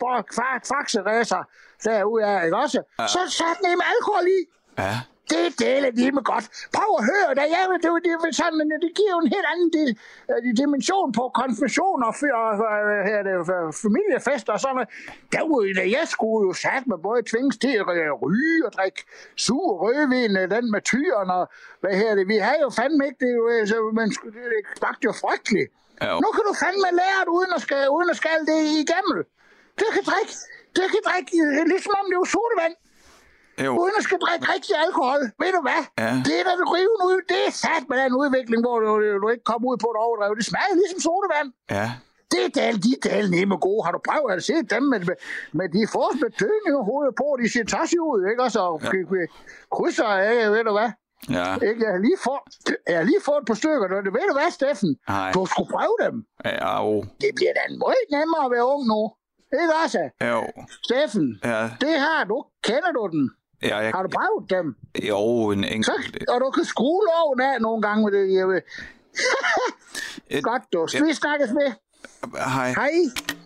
Faxe-racer, derude af, ikke også? Ja. Så sat den med alkohol i. Ja. Det deler de med godt. Prøv at høre, da jeg, det, det, det, sådan, det giver jo en helt anden del, uh, dimension på konfirmationer og uh, uh, familiefester og sådan noget. Der var jo, jeg skulle jo sat med både tvinges til at ryge og drikke sur rødvin, den med tyren og hvad her det. Vi havde jo fandme ikke det, så, men det smagte jo frygteligt. Ja. Nu kan du fandme lære det uden at, skal, uden at skal det i gammel. Det kan drikke, det kan drikke, ligesom om det var sodavand. Jo. Uden at skal drikke rigtig alkohol. Ved du hvad? Ja. Det er da det riven ud. Det er sat med den udvikling, hvor du, du ikke kommer ud på et overdrev. Det smager ligesom sodavand. Ja. Det er dal, de er dal nemme gode. Har du prøvet at se dem med, med, med de forreste tøninger hovedet på? De ser tasje ud, ikke? Og så ja. krydser, ikke? Ved du hvad? Ja. Ikke? Jeg har lige fået, jeg har lige fået et par stykker. Ved du hvad, Steffen? Hej. Du skulle prøve dem. Ja, jo. Det bliver da meget nemmere at være ung nu. Ikke også? Jo. Steffen, ja. Det her, du kender du den? Ja, jeg... Har du prøvet dem? Jo, en enkelt... Og du kan skrue loven af nogle gange med det. Jeg vil... Godt, du. Skal vi snakkes med? Hej. Hej.